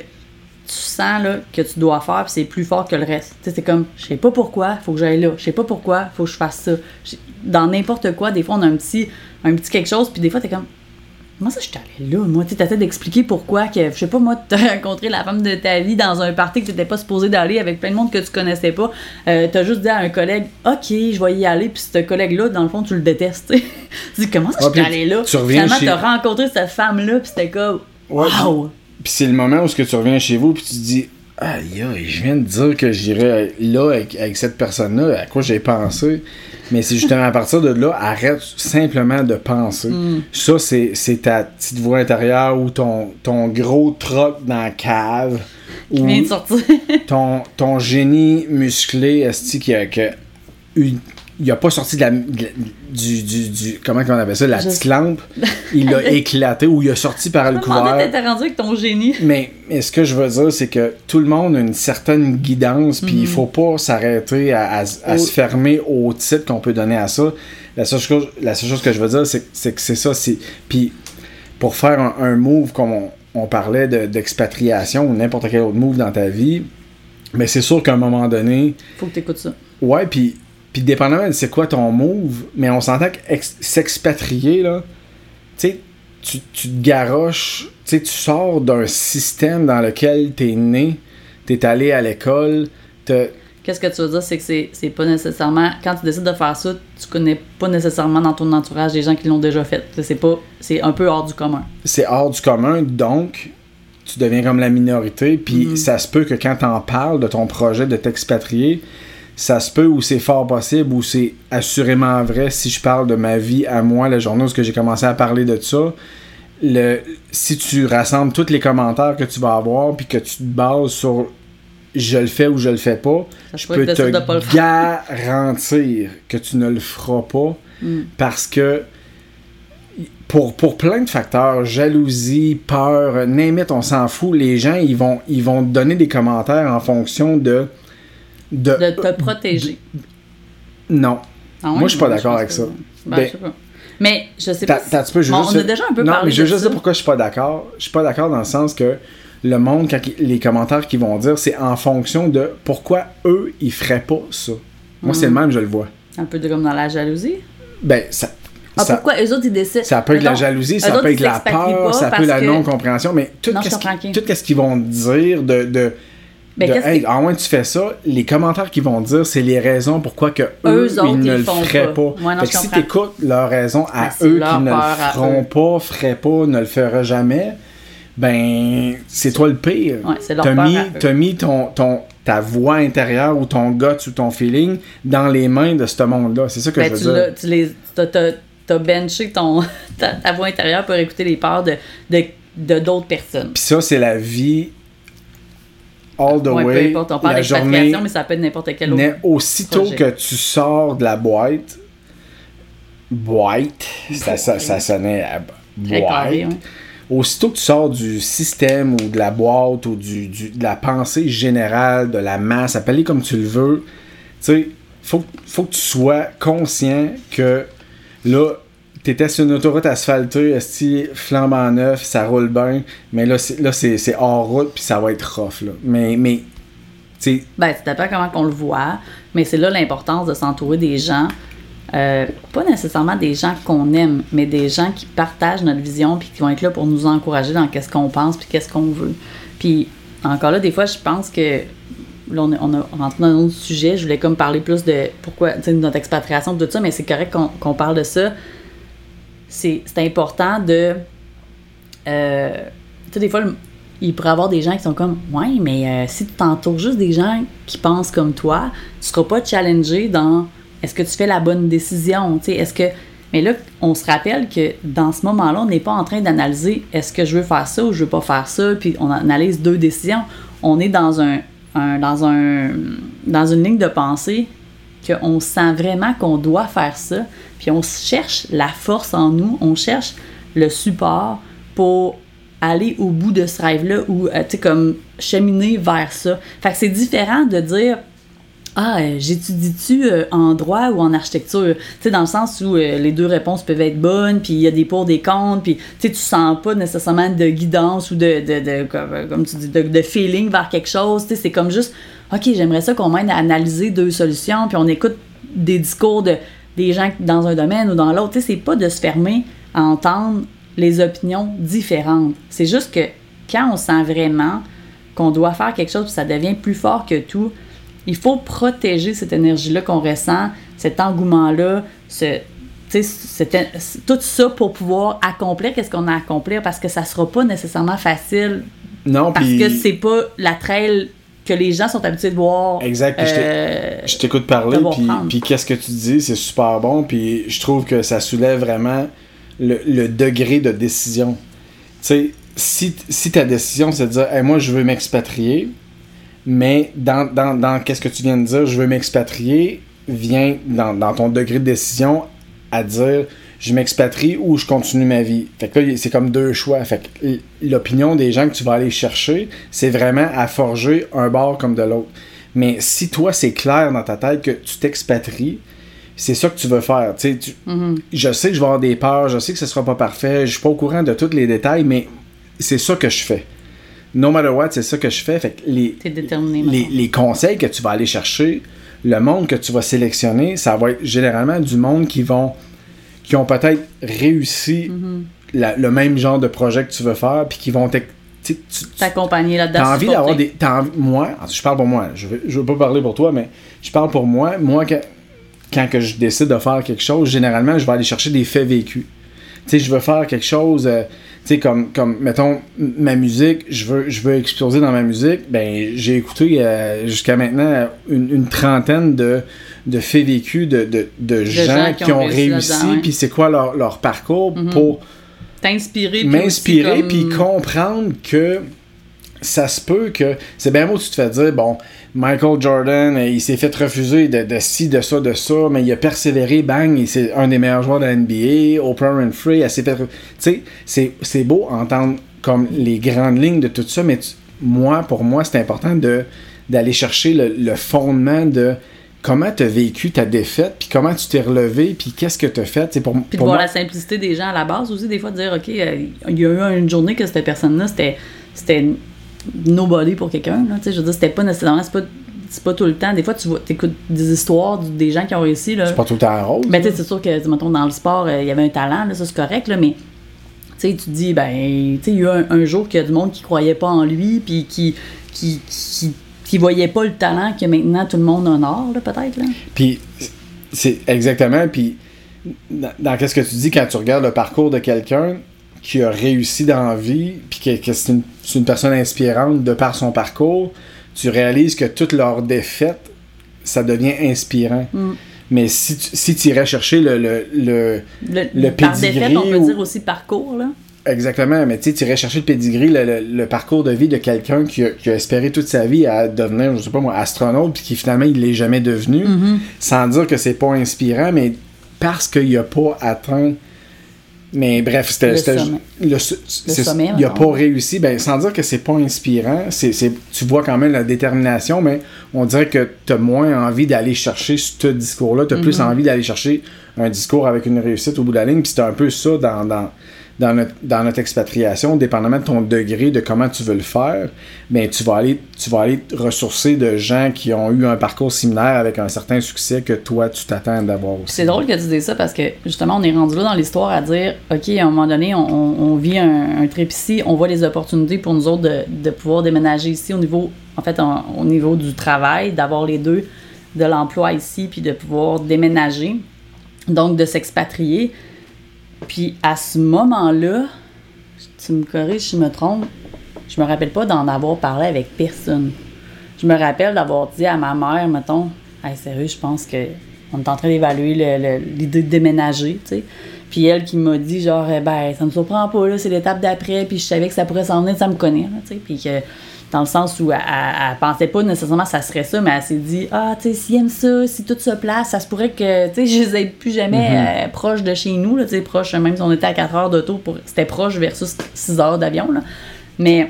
sens là, que tu dois faire, puis c'est plus fort que le reste. Tu sais, c'est comme, je sais pas pourquoi, faut que j'aille là. Je sais pas pourquoi, faut que je fasse ça. Dans n'importe quoi, des fois, on a un petit, un petit quelque chose, puis des fois, t'es comme, comment ça, je suis allée là? Moi, tu t'essaies d'expliquer pourquoi, que, je sais pas, moi, t'as rencontré la femme de ta vie dans un party que t'étais pas supposé d'aller avec plein de monde que tu connaissais pas. Euh, t'as juste dit à un collègue, OK, je vais y aller, puis ce collègue-là, dans le fond, tu le détestes. Tu dis, comment ça, je suis allée là? Finalement, chez... t'as rencontré cette femme-là, puis c'était comme, ouais, wow! Puis c'est le moment où ce que tu reviens chez vous puis tu te dis aïe aïe, je viens de dire que j'irais là avec, avec cette personne-là, à quoi j'ai pensé. Mais c'est justement à partir de là, arrête simplement de penser. Mm. Ça, c'est, c'est ta petite voix intérieure ou ton, ton gros troc dans la cave. Qui vient de sortir. ton, ton génie musclé, esti, qui a, qui a une... Il a pas sorti de la, de la du, du, du... Comment on appelle ça? La je... petite lampe. Il l'a éclaté ou il a sorti par le couvert. Je me t'étais rendu avec ton génie. Mais, mais ce que je veux dire, c'est que tout le monde a une certaine guidance, puis mm. il faut pas s'arrêter à, à, à oh. se fermer au titre qu'on peut donner à ça. La seule chose, la seule chose que je veux dire, c'est, c'est que c'est ça. C'est... Puis pour faire un, un move comme on, on parlait de, d'expatriation ou n'importe quel autre move dans ta vie, mais c'est sûr qu'à un moment donné... Faut que t'écoutes ça. Ouais, puis... Puis dépendamment de c'est quoi ton move, mais on s'entend que ex- s'expatrier, là, tu sais, tu te garoches, tu sais, tu sors d'un système dans lequel t'es né, t'es allé à l'école, t'as... Qu'est-ce que tu veux dire, c'est que c'est, c'est pas nécessairement... Quand tu décides de faire ça, tu connais pas nécessairement dans ton entourage des gens qui l'ont déjà fait. C'est pas... C'est un peu hors du commun. C'est hors du commun, donc tu deviens comme la minorité, puis mm-hmm. ça se peut que quand t'en parles de ton projet de t'expatrier, ça se peut ou c'est fort possible ou c'est assurément vrai si je parle de ma vie à moi, la journée où j'ai commencé à parler de ça. Le, si tu rassembles tous les commentaires que tu vas avoir puis que tu te bases sur je le fais ou je le fais pas, ça je peux te pas garantir que tu ne le feras pas mm. parce que pour, pour plein de facteurs, jalousie, peur, name it, on s'en fout, les gens ils vont, ils vont te donner des commentaires en fonction de de, de te protéger. Non. Ah ouais, moi je suis pas d'accord avec ça. Ben, ben, je sais pas. Mais je sais pas. T'as, si... bon, on a déjà un peu non, parlé mais je veux de juste ça. dire pourquoi je suis pas d'accord. Je suis pas d'accord dans le sens que le monde, quand ils, les commentaires qu'ils vont dire, c'est en fonction de pourquoi eux, ils feraient pas ça. Moi, mm. c'est le même, je le vois. Un peu de comme dans la jalousie? Ben, ça... Ah, ça, pourquoi eux autres, ils décident? Ça peut être de la jalousie, ça peut être la peur, ça peut être la que... non-compréhension, mais tout non, ce qui, tout ce qu'ils vont dire de... de Ben, de, hey, en moins tu fais ça, les commentaires qu'ils vont dire, c'est les raisons pourquoi que eux, eux autres, ils ne ils le feraient pas. pas. Ouais, non, fait que si tu écoutes leurs raisons à ben, eux qui ne le feront pas, feraient pas, ne le feraient jamais, ben c'est toi le pire. Ouais, c'est leur t'as peur mis, à eux. T'as mis ton, ton, ta voix intérieure ou ton guts ou ton feeling dans les mains de ce monde-là. C'est ça que ben, je veux tu dire. L'as, tu les, t'as, t'as, t'as benché ton, ta, ta voix intérieure pour écouter les peurs de, de, de d'autres personnes. Puis ça, c'est la vie... all the ouais, way, peu importe, on parle d'expatriation, mais ça peut être n'importe quel autre aussitôt projet. Que tu sors de la boîte, boîte, ça, ça, ça sonnait à boîte, carré, ouais. Aussitôt que tu sors du système ou de la boîte ou du, du, de la pensée générale, de la masse, appelle-les comme tu le veux, tu sais, faut, faut que tu sois conscient que là, t'étais sur une autoroute asphaltée, esti, flambant neuf, ça roule bien, mais là, c'est, là c'est, c'est hors route, puis ça va être rough, là. Mais, mais, tu sais... Ben, ça dépend comment on le voit, mais c'est là l'importance de s'entourer des gens, euh, pas nécessairement des gens qu'on aime, mais des gens qui partagent notre vision, puis qui vont être là pour nous encourager dans qu'est-ce qu'on pense, puis qu'est-ce qu'on veut. Puis, encore là, des fois, je pense que... Là, on a, on a rentré dans un autre sujet, je voulais comme parler plus de pourquoi, tu sais, notre expatriation, tout ça, mais c'est correct qu'on, qu'on parle de ça. C'est, c'est important de... Euh, tu sais, des fois, le, il pourrait y avoir des gens qui sont comme « Ouais, mais euh, si tu t'entoures juste des gens qui pensent comme toi, tu seras pas challengé dans « Est-ce que tu fais la bonne décision? » Tu sais, est-ce que... Mais là, on se rappelle que dans ce moment-là, on n'est pas en train d'analyser « Est-ce que je veux faire ça ou je veux pas faire ça? » Puis on analyse deux décisions. On est dans un, un, dans un dans une ligne de pensée qu'on sent vraiment qu'on doit faire ça. Puis on cherche la force en nous, on cherche le support pour aller au bout de ce rêve-là ou, euh, tu sais, comme cheminer vers ça. Fait que c'est différent de dire « Ah, euh, j'étudie-tu euh, en droit ou en architecture? » Tu sais, dans le sens où euh, les deux réponses peuvent être bonnes, puis il y a des pour, des contre, puis tu sais, tu sens pas nécessairement de guidance ou de, de, de, de comme, comme tu dis, de, de feeling vers quelque chose. Tu sais, c'est comme juste « Ok, j'aimerais ça qu'on m'aide à analyser deux solutions, puis on écoute des discours de... des gens dans un domaine ou dans l'autre. Tu sais, c'est pas de se fermer à entendre les opinions différentes. C'est juste que quand on sent vraiment qu'on doit faire quelque chose, puis ça devient plus fort que tout, il faut protéger cette énergie-là qu'on ressent, cet engouement-là, ce, tu sais, c'était, tout ça pour pouvoir accomplir qu'est-ce qu'on a à accomplir, parce que ça sera pas nécessairement facile. Non, parce pis... que c'est pas la trail que les gens sont habitués de voir. Exact, puis euh, je t'écoute parler, puis, puis qu'est-ce que tu dis, c'est super bon, puis je trouve que ça soulève vraiment le, le degré de décision. Tu sais, si, si ta décision, c'est de dire hey, « moi, je veux m'expatrier », mais dans, dans, dans qu'est-ce que tu viens de dire, « je veux m'expatrier », vient dans, dans ton degré de décision à dire « je m'expatrie ou je continue ma vie ». Fait que là, c'est comme deux choix. Fait que l'opinion des gens que tu vas aller chercher, c'est vraiment à forger un bord comme de l'autre. Mais si toi, c'est clair dans ta tête que tu t'expatries, c'est ça que tu veux faire. Tu sais, tu, mm-hmm. Je sais que je vais avoir des peurs, je sais que ce sera pas parfait, je suis pas au courant de tous les détails, mais c'est ça que je fais. No matter what, c'est ça que je fais. Fait que les, T'es déterminé, les, les conseils que tu vas aller chercher, le monde que tu vas sélectionner, ça va être généralement du monde qui vont qui ont peut-être réussi mm-hmm. la, le même genre de projet que tu veux faire, puis qui vont tu, tu, t'accompagner là-dedans. T'as envie supporter. d'avoir des. T'as envie, moi, je parle pour moi, je veux, je veux pas parler pour toi, mais je parle pour moi. Moi, quand, quand que je décide de faire quelque chose, généralement, je vais aller chercher des faits vécus. Tu sais, je veux faire quelque chose, euh, tu sais, comme, comme, mettons, ma musique, je veux, je veux exploser dans ma musique. Ben, j'ai écouté euh, jusqu'à maintenant une, une trentaine de, de faits vécus de, de, de, de gens, gens qui, qui ont réussi, puis ouais. c'est quoi leur, leur parcours mm-hmm. pour t'inspirer, m'inspirer, puis comme... comprendre que ça se peut que. C'est bien beau, tu te fais dire, bon, Michael Jordan, il s'est fait refuser de, de ci, de ça, de ça, mais il a persévéré, bang, il c'est un des meilleurs joueurs de la N B A. Oprah Winfrey, elle s'est fait. Tu sais, c'est, c'est beau entendre comme les grandes lignes de tout ça, mais tu, moi, pour moi, c'est important de, d'aller chercher le, le fondement de comment tu as vécu ta défaite, puis comment tu t'es relevé, puis qu'est-ce que tu as fait. Pour, puis de pour voir moi... la simplicité des gens à la base aussi, des fois, de dire, OK, euh, il y a eu une journée que cette personne-là, c'était. c'était nobody pour quelqu'un, là, tu sais, je veux dire, c'était pas nécessairement, c'est pas, c'est pas tout le temps, des fois, tu vois, t'écoutes des histoires des gens qui ont réussi, là. C'est pas tout le temps rose. Ben, tu sais, c'est sûr que, mettons, dans le sport, il euh, y avait un talent, là, ça, c'est correct, là, mais, tu sais, tu te dis, ben, tu sais, il y a eu un, un jour qu'il y a du monde qui croyait pas en lui, puis qui, qui, qui, qui voyait pas le talent que maintenant tout le monde honore, là, peut-être, là. Puis, c'est exactement, puis, dans, dans qu'est-ce que tu dis quand tu regardes le parcours de quelqu'un qui a réussi dans la vie, puis que, que c'est, une, c'est une personne inspirante de par son parcours, tu réalises que toutes leurs défaites, ça devient inspirant. Mm. Mais si tu si tu irais chercher le le le, le, le par pédigree... défaite, on peut ou... dire aussi parcours, là. Exactement, mais tu sais, tu irais chercher le pédigree, le, le, le parcours de vie de quelqu'un qui a, qui a espéré toute sa vie à devenir, je sais pas moi, astronaute, puis qui finalement, il l'est jamais devenu, mm-hmm. sans dire que c'est pas inspirant, mais parce qu'il a pas atteint... Mais bref, c'était... Le c'était sommet. Le, le c'est, sommet, il a pas réussi. Ben, sans dire que c'est pas inspirant, c'est, c'est, tu vois quand même la détermination, mais on dirait que t'as moins envie d'aller chercher ce discours-là. T'as mm-hmm. plus envie d'aller chercher un discours avec une réussite au bout de la ligne. Puis c'est un peu ça dans... dans Dans notre, dans notre expatriation, dépendamment de ton degré, de comment tu veux le faire, ben, tu vas aller, tu vas aller te ressourcer de gens qui ont eu un parcours similaire avec un certain succès que toi, tu t'attends d'avoir aussi. C'est drôle que tu dises ça parce que, justement, on est rendu là dans l'histoire à dire, OK, à un moment donné, on, on, on vit un, un trip ici, on voit les opportunités pour nous autres de, de pouvoir déménager ici au niveau, en fait, en, au niveau du travail, d'avoir les deux, de l'emploi ici, puis de pouvoir déménager, donc de s'expatrier. Puis à ce moment-là, tu me corriges si je me trompe, je me rappelle pas d'en avoir parlé avec personne. Je me rappelle d'avoir dit à ma mère, mettons, hey, sérieux, je pense que on est en train d'évaluer le, le, l'idée de déménager, tu sais. Puis elle qui m'a dit, genre, ben, ça me surprend pas, là, c'est l'étape d'après, puis je savais que ça pourrait s'en venir, ça me connaît, tu sais. Puis que, dans le sens où elle, elle, elle pensait pas nécessairement que ça serait ça, mais elle s'est dit, ah, tu sais, s'ils aiment ça, si tout se place, ça se pourrait que, tu sais, je les ai plus jamais mm-hmm. euh, proches de chez nous, là, tu sais, proches, même si on était à quatre heures d'auto, pour, c'était proche versus six heures d'avion, là. Mais,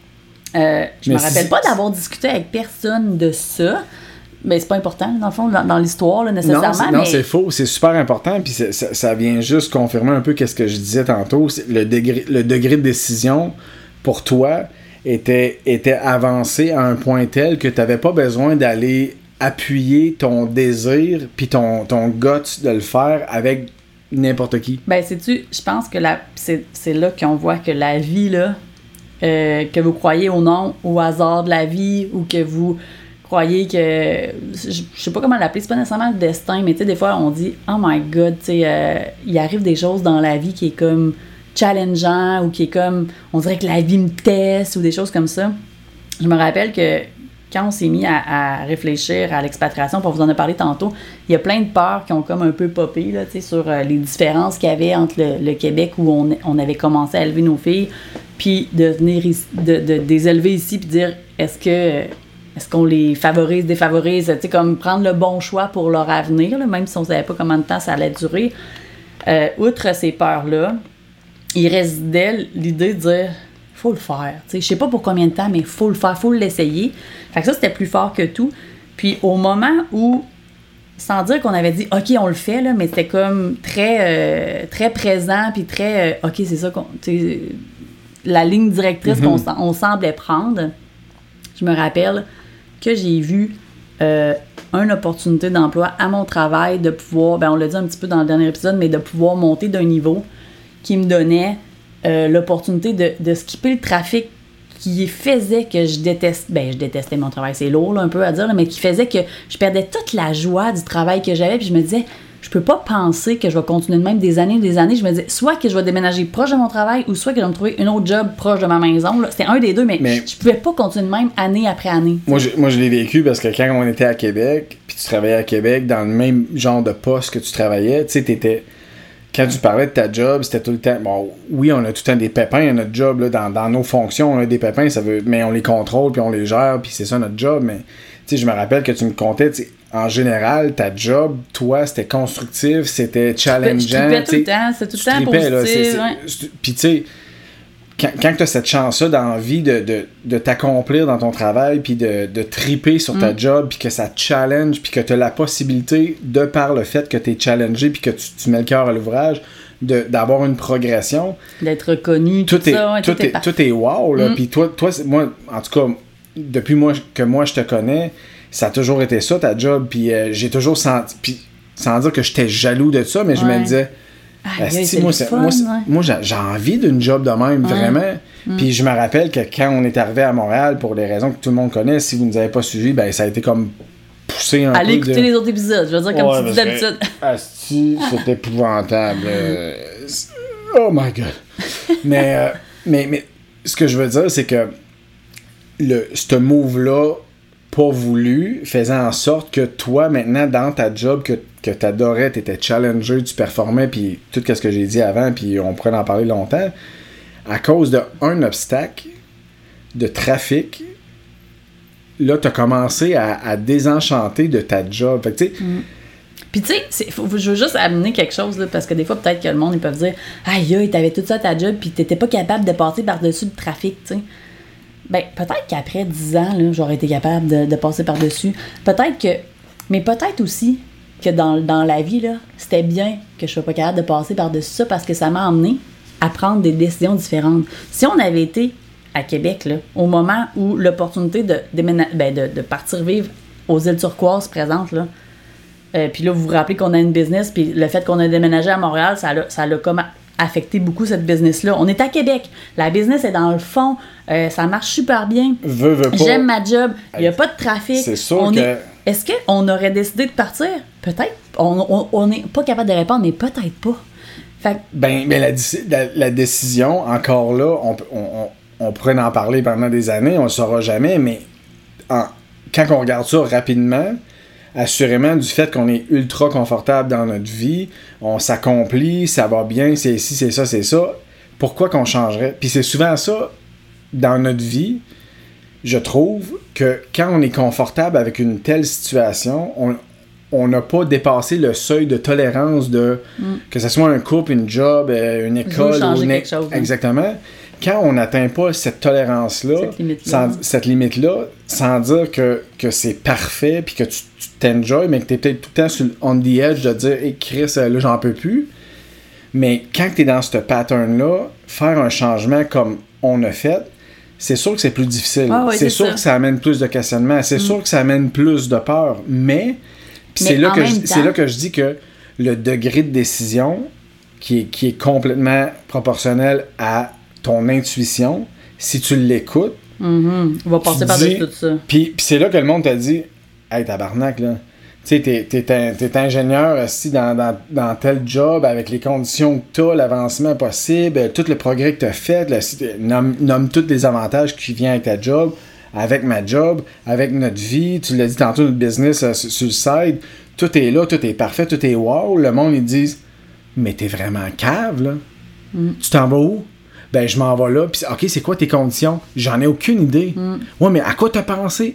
euh, je mais me rappelle si... pas d'avoir discuté avec personne de ça. Mais c'est pas important, dans le fond, dans, dans l'histoire, là, nécessairement. Non, c'est, mais... non, c'est faux. C'est super important. Puis c'est, ça, ça vient juste confirmer un peu ce que je disais tantôt. C'est le, degré, le degré de décision, pour toi, était, était avancé à un point tel que tu n'avais pas besoin d'aller appuyer ton désir puis ton, ton guts de le faire avec n'importe qui. Ben, sais-tu, je pense que la, c'est, c'est là qu'on voit que la vie, là, euh, que vous croyez au nom, au hasard de la vie, ou que vous... croyez que, je, je sais pas comment l'appeler, c'est pas nécessairement le destin, mais tu sais, des fois, on dit, oh my god, tu sais, euh, il arrive des choses dans la vie qui est comme challengeant, ou qui est comme, on dirait que la vie me teste, ou des choses comme ça. Je me rappelle que quand on s'est mis à, à réfléchir à l'expatriation, pour vous en a parlé tantôt, il y a plein de peurs qui ont comme un peu popé, là, tu sais, sur euh, les différences qu'il y avait entre le, le Québec, où on, on avait commencé à élever nos filles, puis de venir ici, de, de, de les élever ici, puis dire, est-ce que... Est-ce qu'on les favorise, défavorise, tu sais, comme prendre le bon choix pour leur avenir, là, même si on ne savait pas combien de temps ça allait durer. Euh, outre ces peurs-là, il résidait l'idée de dire, faut le faire. Tu sais, je sais pas pour combien de temps, mais faut le faire, faut l'essayer. Fait que ça, c'était plus fort que tout. Puis au moment où, sans dire qu'on avait dit, OK, on le fait, là, mais c'était comme très, euh, très présent, puis très, euh, OK, c'est ça qu'on, tu sais, la ligne directrice mm-hmm. qu'on on semblait prendre, je me rappelle que j'ai vu euh, une opportunité d'emploi à mon travail, de pouvoir, ben on l'a dit un petit peu dans le dernier épisode, mais de pouvoir monter d'un niveau qui me donnait euh, l'opportunité de, de skipper le trafic qui faisait que je déteste, ben je détestais mon travail, c'est lourd là, un peu à dire, là, mais qui faisait que je perdais toute la joie du travail que j'avais, puis je me disais, je peux pas penser que je vais continuer de même des années et des années. Je me disais, soit que je vais déménager proche de mon travail, ou soit que je vais me trouver une autre job proche de ma maison. Là. C'était un des deux, mais, mais je, je pouvais pas continuer de même année après année. Moi je, moi, je l'ai vécu parce que quand on était à Québec, puis tu travaillais à Québec dans le même genre de poste que tu travaillais, tu sais, t'étais... Quand tu parlais de ta job, c'était tout le temps... Bon, oui, on a tout le temps des pépins à notre job, là, dans, dans nos fonctions, on a des pépins, ça veut, mais on les contrôle, puis on les gère, puis c'est ça notre job, mais... Tu sais, je me rappelle que tu me comptais, tu sais, en général, ta job, toi, c'était constructif, c'était challengeant. Je tripais tout le temps, c'était tout le temps positif. Là, c'est, c'est, ouais. Puis tu sais, quand, quand tu as cette chance-là d'envie de, de, de t'accomplir dans ton travail, puis de, de triper sur ta mm. job, puis que ça te challenge, puis que tu as la possibilité, de par le fait que tu es challengé, puis que tu, tu mets le cœur à l'ouvrage, de, d'avoir une progression. D'être reconnu, tout, tout est, ça. Ouais, tout, tout, est, tout est wow, là. Mm. Puis toi, toi moi, en tout cas, depuis moi, que moi je te connais, ça a toujours été ça, ta job, puis euh, j'ai toujours senti, puis sans dire que j'étais jaloux de ça, mais je ouais. me disais, ah, yeah, c'est moi, c'est fun, moi, ouais. moi j'ai, j'ai envie d'une job de même, ouais. vraiment. Mm. Puis je me rappelle que quand on est arrivé à Montréal, pour les raisons que tout le monde connaît, si vous ne nous avez pas suivis, ben ça a été comme poussé un Allez peu. Allez écouter de... les autres épisodes, je veux dire, comme ouais, tu dis d'habitude. Asti, c'est épouvantable. Oh my God. mais, euh, mais, mais ce que je veux dire, c'est que le, ce move-là, pas voulu, faisant en sorte que toi, maintenant, dans ta job que, que t'adorais, t'étais challenger, tu performais, puis tout ce que j'ai dit avant, puis on pourrait en parler longtemps, à cause d'un obstacle de trafic, là, t'as commencé à, à désenchanter de ta job. Fait que, tu sais... Mm. Puis tu sais, je veux juste amener quelque chose, là, parce que des fois, peut-être que le monde, ils peuvent dire « Aïe, aïe, t'avais tout ça à ta job, puis t'étais pas capable de passer par-dessus le trafic, tu sais. » Ben, peut-être qu'après dix ans, là, j'aurais été capable de, de passer par-dessus. Peut-être que... Mais peut-être aussi que dans, dans la vie, là, c'était bien que je sois pas capable de passer par-dessus ça parce que ça m'a amené à prendre des décisions différentes. Si on avait été à Québec, là, au moment où l'opportunité de, déména- ben, de, de partir vivre aux îles Turquoises présente, là, euh, puis là, vous vous rappelez qu'on a une business, puis le fait qu'on a déménagé à Montréal, ça l'a, ça l'a comme affecté beaucoup cette business-là. On est à Québec. La business est dans le fond. Euh, ça marche super bien. Veux, veux pas. J'aime ma job. Il n'y a pas de trafic. C'est sûr on que... Est... Est-ce qu'on aurait décidé de partir? Peut-être. On n'est pas capable de répondre, mais peut-être pas. Fait... Ben, ben la, la, la décision, encore là, on, on, on, on pourrait en parler pendant des années, on ne le saura jamais, mais en, quand on regarde ça rapidement, assurément du fait qu'on est ultra confortable dans notre vie, on s'accomplit, ça va bien, c'est ci, c'est ça, c'est ça. Pourquoi qu'on changerait? Puis c'est souvent ça, dans notre vie, je trouve que quand on est confortable avec une telle situation, on on n'a pas dépassé le seuil de tolérance de mm. que ce soit un couple, une job, une école ou une... chose, exactement. Hein? Quand on n'atteint pas cette tolérance-là, cette limite-là, sans, cette limite-là, sans dire que, que c'est parfait puis que tu, tu t'enjoy, mais que tu es peut-être tout le temps sur le on the edge de dire hey, Chris, là, j'en peux plus. Mais quand tu es dans ce pattern-là, faire un changement comme on a fait, c'est sûr que c'est plus difficile. Ah oui, c'est, c'est sûr ça. que ça amène plus de questionnements. C'est mm. sûr que ça amène plus de peur. Mais, mais c'est, là que je, temps... c'est là que je dis que le degré de décision qui est, qui est complètement proportionnel à ton intuition, si tu l'écoutes, mm-hmm. on va passer par-dessus tout ça. Puis c'est là que le monde t'a dit hey, tabarnak, là. Tu sais, t'es, t'es, t'es, t'es ingénieur aussi dans, dans, dans tel job avec les conditions que t'as, l'avancement possible, tout le progrès que t'as fait, là, nomme, nomme tous les avantages qui viennent avec ta job, avec ma job, avec notre vie, tu l'as dit tantôt, notre business euh, sur, sur le side, tout est là, tout est parfait, tout est wow. Le monde, ils disent mais t'es vraiment cave, là. Mm. Tu t'en vas où? Ben, je m'en vais là. Puis, OK, c'est quoi tes conditions? J'en ai aucune idée. Mm. Ouais, mais à quoi t'as pensé?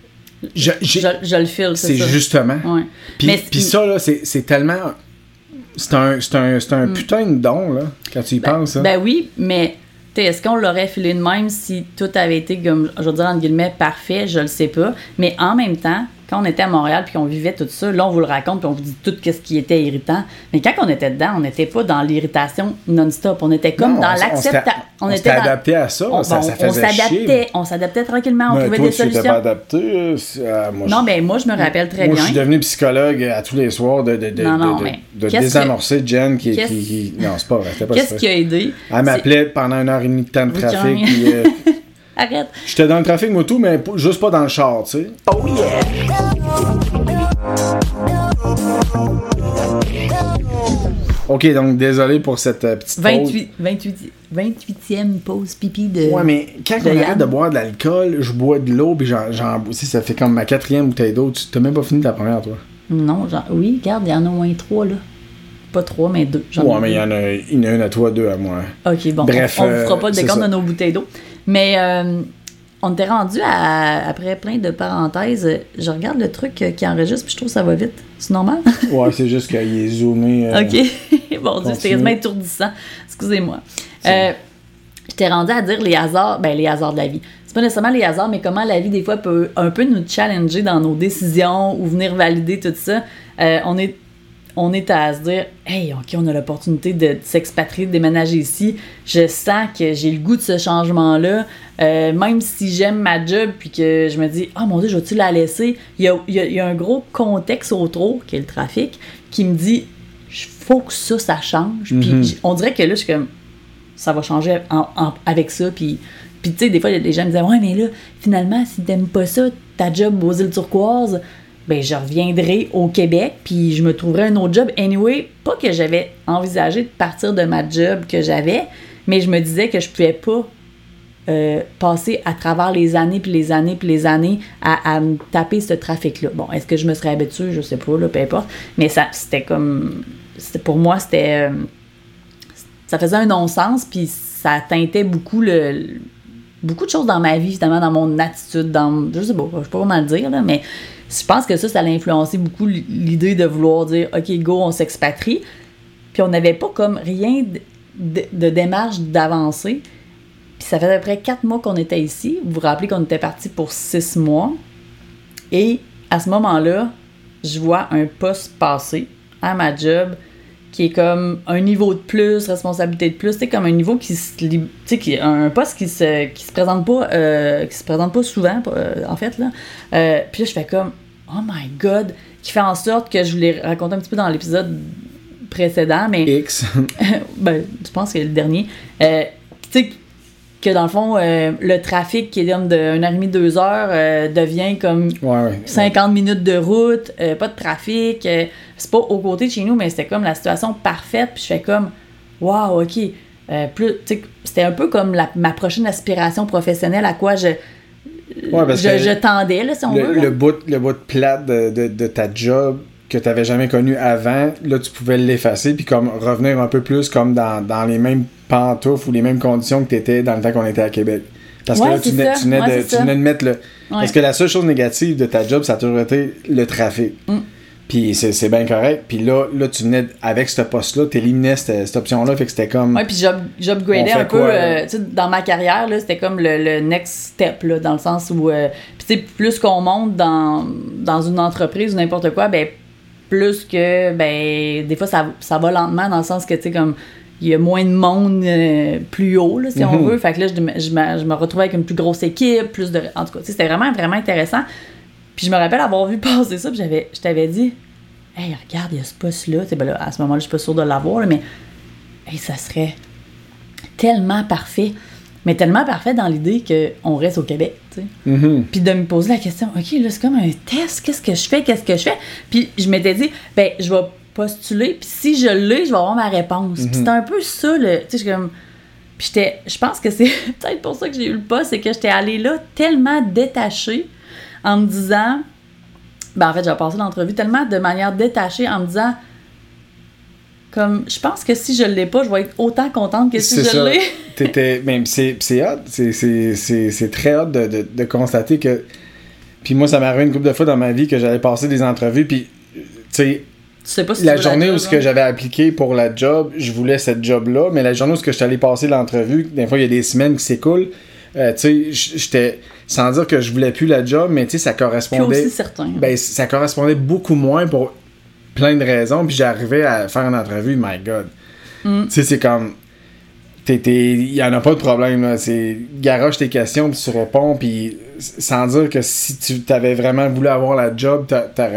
Je, je, je le file, c'est, c'est ça. Justement. Ouais. Puis, puis ça, là, c'est, c'est tellement... C'est un, c'est un, c'est un mm. putain de don, là, quand tu y ben, penses. Hein. Ben oui, mais est-ce qu'on l'aurait filé de même si tout avait été, comme, je veux dire, entre guillemets, parfait? Je le sais pas. Mais en même temps, quand on était à Montréal puis qu'on vivait tout ça, là, on vous le raconte puis on vous dit tout ce qui était irritant. Mais quand on était dedans, on n'était pas dans l'irritation non-stop. On était comme non, dans on, l'acceptation. On, on, on était s'était dans... adapté à ça. On, ça, on, ça faisait on s'adaptait. chier. On s'adaptait tranquillement. On mais trouvait toi, des solutions. Tu t'es pas adapté. Euh, moi, non, je... mais moi, je me rappelle très moi, bien. Moi, je suis devenu psychologue à tous les soirs de, de, de, non, non, de, mais de, de désamorcer que... Jen qui, qui, qui... Non, c'est pas vrai. C'était pas Qu'est-ce ça. qui a aidé? Elle m'appelait c'est... pendant une heure et demie de temps de trafic. Puis, euh... Arrête. J'étais dans le trafic moto, mais p- juste pas dans le char, tu sais. Oh yeah! Ok, donc désolé pour cette euh, petite pause. vingt-huit, vingt-huit, vingt-huitième pause pipi de... Ouais, mais quand de on Yann. arrête de boire de l'alcool, je bois de l'eau, puis j'en, j'en tu sais, ça fait comme ma quatrième bouteille d'eau. Tu t'as même pas fini ta première, toi. Non, genre, oui, regarde, il y en a au moins trois, là. Pas trois, mais deux. J'en ai Ouais, mais il deux. y en a, il y en a une à toi, deux à moi. OK, bon, Bref, on, on euh, vous fera pas le c'est décompte ça. de nos bouteilles d'eau. Mais euh, on était rendu à, après plein de parenthèses, je regarde le truc euh, qui enregistre, puis je trouve que ça va vite. C'est normal? Ouais, c'est juste qu'il est zoomé. euh, OK. Bon Dieu, c'était continue. quasiment étourdissant. Excusez-moi. Euh, J'étais rendue à dire les hasards, ben les hasards de la vie. C'est pas nécessairement les hasards, mais comment la vie, des fois, peut un peu nous challenger dans nos décisions ou venir valider tout ça. Euh, on est on est à se dire, hey, OK, on a l'opportunité de, de s'expatrier, de déménager ici. Je sens que j'ai le goût de ce changement-là. Euh, même si j'aime ma job, puis que je me dis, ah, mon Dieu, je vais-tu la laisser? Il y a, il y a, il y a un gros contexte autour, qui est le trafic, qui me dit, faut que ça, ça change. Puis Mhm. j- on dirait que là, je suis comme, ça va changer en- en- avec ça. Puis, puis tu sais, des fois, les gens me disaient, ouais, mais là, finalement, si t'aimes pas ça, ta job aux îles Turquoises, ben je reviendrai au Québec, puis je me trouverai un autre job. Anyway, pas que j'avais envisagé de partir de ma job que j'avais, mais je me disais que je pouvais pas euh, passer à travers les années, puis les années, puis les années à, à me taper ce trafic-là. Bon, est-ce que je me serais habituée? Je sais pas, là, peu importe. Mais ça, c'était comme... C'était, pour moi, c'était... euh, ça faisait un non-sens, puis ça teintait beaucoup le... le- beaucoup de choses dans ma vie, évidemment, dans mon attitude, dans... Je sais pas, je sais pas comment le dire, là, mais je pense que ça, ça a influencé beaucoup l'idée de vouloir dire « OK, go, on s'expatrie ». Puis on n'avait pas comme rien de, de, de démarche d'avancée. Puis ça fait à peu près quatre mois qu'on était ici. Vous vous rappelez qu'on était parti pour six mois. Et à ce moment-là, je vois un poste passer à ma job qui est comme un niveau de plus, responsabilité de plus, c'est comme un niveau qui se lib- tu sais, qui un poste qui se qui se présente pas euh, qui se présente pas souvent euh, en fait là. Euh, puis là je fais comme oh my god, qui fait en sorte que je vous l'ai raconté un petit peu dans l'épisode précédent, mais X. ben, je pense que le dernier. Euh, tu sais, que dans le fond, euh, le trafic qui est comme de une heure et demie, deux heures euh, devient comme Ouais, ouais. cinquante minutes de route, euh, pas de trafic. Euh, c'est pas aux côtés de chez nous, mais c'était comme la situation parfaite. Puis je fais comme, wow, OK. Euh, plus, tu sais, c'était un peu comme la, ma prochaine aspiration professionnelle à quoi je, Ouais, parce je, que je tendais, là, si on le, veut. Là. le bout, le bout de plate de, de, de ta job que tu n'avais jamais connu avant, là, tu pouvais l'effacer puis comme revenir un peu plus comme dans, dans les mêmes pantoufles ou les mêmes conditions que tu étais dans le temps qu'on était à Québec. Parce Ouais, que là, tu c'est venais, ça. tu venais Ouais, de, c'est tu ça. venais de mettre le... Ouais. Parce que la seule chose négative de ta job, ça a toujours été le trafic. Mm. Puis c'est, c'est bien correct. Puis là, là, tu venais, avec ce poste-là, tu éliminais cette, cette option-là, fait que c'était comme... Ouais, puis j'up- j'upgradais On fait un peu, quoi, là? euh, tu sais, dans ma carrière, là, c'était comme le, le next step, là, dans le sens où, euh, puis tu sais, plus qu'on monte dans, dans une entreprise ou n'importe quoi, ben, plus que, ben, des fois, ça, ça va lentement, dans le sens que, tu sais, comme, il y a moins de monde euh, plus haut, là, si on Mhm. veut. Fait que là, je, je, me, je me retrouvais avec une plus grosse équipe, plus de... En tout cas, tu sais, c'était vraiment, vraiment intéressant. Puis je me rappelle avoir vu passer ça, puis j'avais, je t'avais dit, « Hey, regarde, il y a ce poste-là. » Tu sais, ben là, à ce moment-là, je suis pas sûre de l'avoir, là, mais, hey, ça serait tellement parfait. Mais tellement parfait dans l'idée qu'on reste au Québec, tu sais. Mhm. Puis de me poser la question, OK, là, c'est comme un test, qu'est-ce que je fais, qu'est-ce que je fais? Puis je m'étais dit, ben, je vais postuler, puis si je l'ai, je vais avoir ma réponse. Puis c'était un peu ça, le, tu sais, je suis comme... Puis j'étais, je pense que c'est peut-être pour ça que j'ai eu le poste, c'est que j'étais allée là tellement détachée en me disant... Ben, en fait, j'ai passé l'entrevue tellement de manière détachée en me disant... Comme, je pense que si je l'ai pas, je vais être autant contente que si C'est je ça. l'ai. T'étais, même c'est, c'est hot, c'est, c'est, c'est, c'est très hot de, de, de constater que. Puis moi, ça m'est arrivé une couple de fois dans ma vie que j'allais passer des entrevues, puis tu sais, Tu sais pas si la tu veux journée job, où ce que hein. j'avais appliqué pour la job, je voulais cette job-là, mais la journée où ce que je suis allé passer l'entrevue, des fois il y a des semaines qui s'écoulent, euh, tu sais, j'étais sans dire que je voulais plus la job, mais tu sais, ça Puis correspondait. aussi certain. Ben, ça correspondait beaucoup moins pour plein de raisons, puis j'arrivais à faire une entrevue, my God. Mm. Tu sais, c'est comme. Il y en a pas de problème, là. C'est garoche tes questions, puis tu réponds, puis sans dire que si tu t'avais vraiment voulu avoir la job, t'a- t'aurais,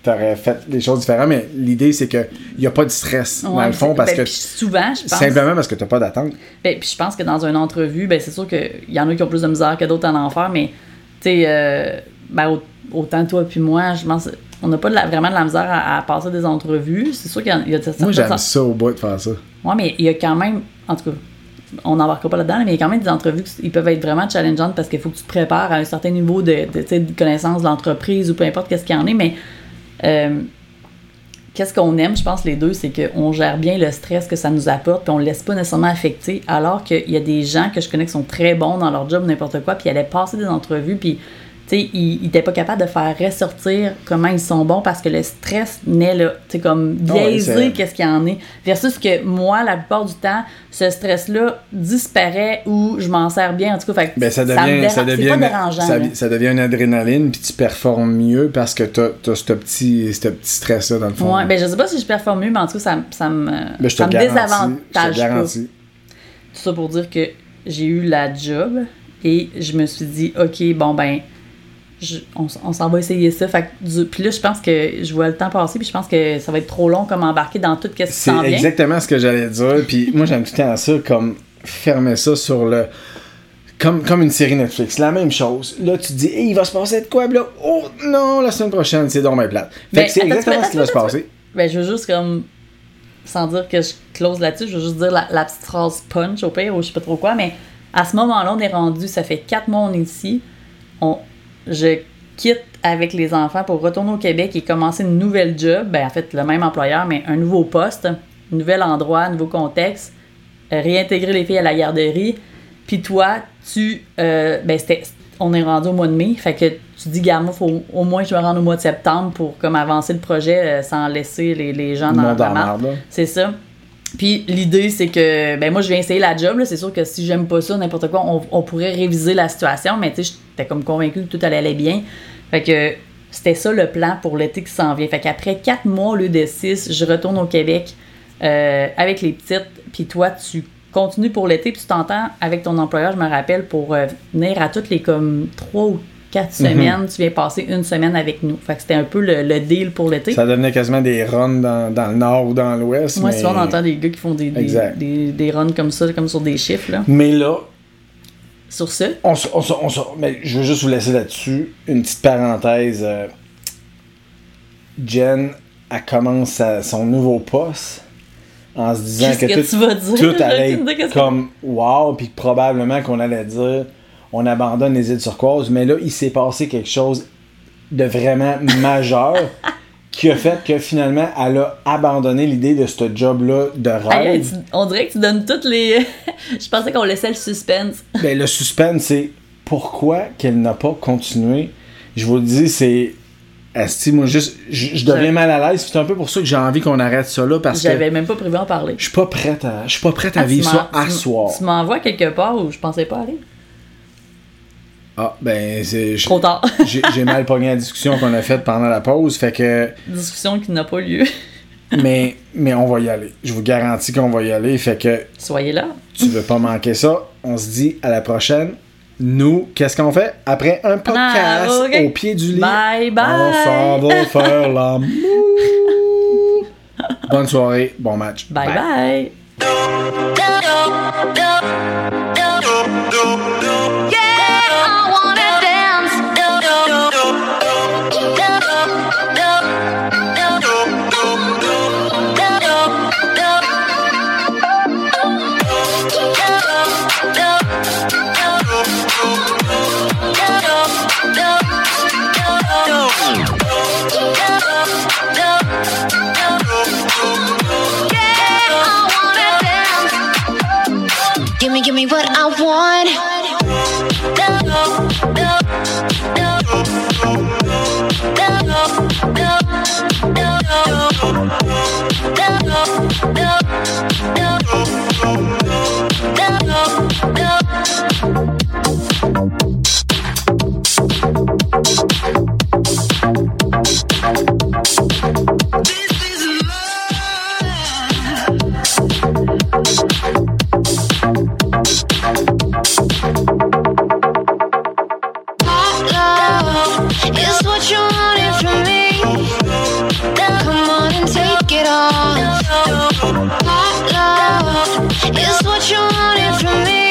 t'aurais fait les choses différemment, mais l'idée, c'est qu'il n'y a pas de stress, ouais, dans le fond, parce ben, que... souvent, je pense... Simplement parce que t'as pas d'attente. Ben, puis je pense que dans une entrevue, ben c'est sûr qu'il y en a qui ont plus de misère que d'autres à en faire, mais, tu sais, euh, ben, autant toi puis moi, je pense... On n'a pas de la, vraiment de la misère à, à passer des entrevues. C'est sûr qu'il y a, il y a Moi, j'aime sens... ça au bout de faire ça. Ouais, mais il y a quand même... En tout cas, on n'embarquera pas là-dedans, mais il y a quand même des entrevues qui peuvent être vraiment challengeantes parce qu'il faut que tu te prépares à un certain niveau de, de, de, de connaissance de l'entreprise ou peu importe qu'est-ce qu'il y en est, mais euh, qu'est-ce qu'on aime, je pense, les deux, c'est qu'on gère bien le stress que ça nous apporte puis on le laisse pas nécessairement affecter, alors qu'il y a des gens que je connais qui sont très bons dans leur job, n'importe quoi, puis ils allaient passer des entrevues, puis tu sais, ils n'étaient pas capables de faire ressortir comment ils sont bons parce que le stress naît là, tu sais, comme biaisé, ouais, qu'est-ce qu'il y en est. Versus que moi, la plupart du temps, ce stress-là disparaît ou je m'en sers bien, en tout cas. Fait que ben, ça devient, ça, dérange, ça devient, c'est pas une, dérangeant. Ça, ça devient une adrénaline, puis tu performes mieux parce que tu as ce petit, ce petit stress-là, dans le fond. Ouais, ben je sais pas si je performe mieux, mais en tout cas, ça, ça me, ben, ça me désavantage. Je te garantis. Tout ça pour dire que j'ai eu la job et je me suis dit, OK, bon, ben, Je, on, on s'en va essayer ça. Fait que du, puis là, je pense que je vois le temps passer, puis je pense que ça va être trop long comme embarquer dans tout ce qui s'en vient. C'est exactement ce que j'allais dire. Puis moi, j'aime tout le temps ça, comme fermer ça sur le... Comme, comme une série Netflix. La même chose. Là, tu te dis, hey, il va se passer de quoi? Puis là, oh non, la semaine prochaine, c'est donc bien plate. Fait ben, que c'est attends, exactement attends, ce qui va attends, se passer. Ben, je veux juste comme... Sans dire que je close là-dessus, je veux juste dire la, la petite phrase punch au pire, ou je sais pas trop quoi, mais à ce moment-là, on est rendu, ça fait quatre mois on est ici. On... Je quitte avec les enfants pour retourner au Québec et commencer une nouvelle job. Ben, en fait, le même employeur, mais un nouveau poste, un nouvel endroit, un nouveau contexte, euh, réintégrer les filles à la garderie. Puis toi, tu... Euh, ben, c'était, on est rendu au mois de mai. Fait que tu dis, garde, moi, faut au moins que je me rende au mois de septembre pour comme avancer le projet euh, sans laisser les, les gens dans la marde. C'est ça. Puis l'idée, c'est que, ben moi, je viens essayer la job, là. C'est sûr que si j'aime pas ça, n'importe quoi, on, on pourrait réviser la situation, mais tu sais, j'étais comme convaincue que tout allait bien. Fait que c'était ça le plan pour l'été qui s'en vient. Fait qu'après quatre mois au lieu de six, je retourne au Québec euh, avec les petites, puis toi, tu continues pour l'été, puis tu t'entends avec ton employeur, je me rappelle, pour euh, venir à toutes les comme trois ou quatre semaines, mm-hmm. Tu viens passer une semaine avec nous. Fait que c'était un peu le, le deal pour l'été. Ça devenait quasiment des runs dans, dans le nord ou dans l'ouest. Moi, mais... souvent, on entend des gars qui font des, des, des, des runs comme ça, comme sur des chiffres. Là. Mais là... Sur ce... On, on, on, on, mais je veux juste vous laisser là-dessus une petite parenthèse. Euh, Jen, elle commence à son nouveau poste en se disant Qu'est-ce que, que tout, tu vas dire? tout allait être comme « wow », puis probablement qu'on allait dire on abandonne les îles turquoises, mais là, il s'est passé quelque chose de vraiment majeur qui a fait que finalement, elle a abandonné l'idée de ce job-là de rêve. Hey, tu, on dirait que tu donnes toutes les... Je pensais qu'on laissait le suspense. Ben, le suspense, c'est pourquoi qu'elle n'a pas continué. Je vous le dis, c'est... Asti, moi, juste, je, je deviens mal à l'aise. C'est un peu pour ça que j'ai envie qu'on arrête ça là, parce J'avais que... même pas prévu en parler. Je suis pas prête à, je suis pas prête à ah, vivre ça à soir. Tu m'envoies quelque part où je pensais pas aller. Ah, ben, c'est... Trop tard. j'ai, j'ai mal pogné la discussion qu'on a faite pendant la pause, fait que... Discussion qui n'a pas lieu. mais, mais on va y aller. Je vous garantis qu'on va y aller, fait que... Soyez là. Tu veux pas manquer ça. On se dit à la prochaine. Nous, qu'est-ce qu'on fait? Après un podcast ah, okay. au pied du lit, bye, bye. On s'en va faire l'amour. Bonne soirée, bon match. Bye bye. bye. Gimme, gimme what I want. We'll be right back. it all. Hot love is what you wanted from me.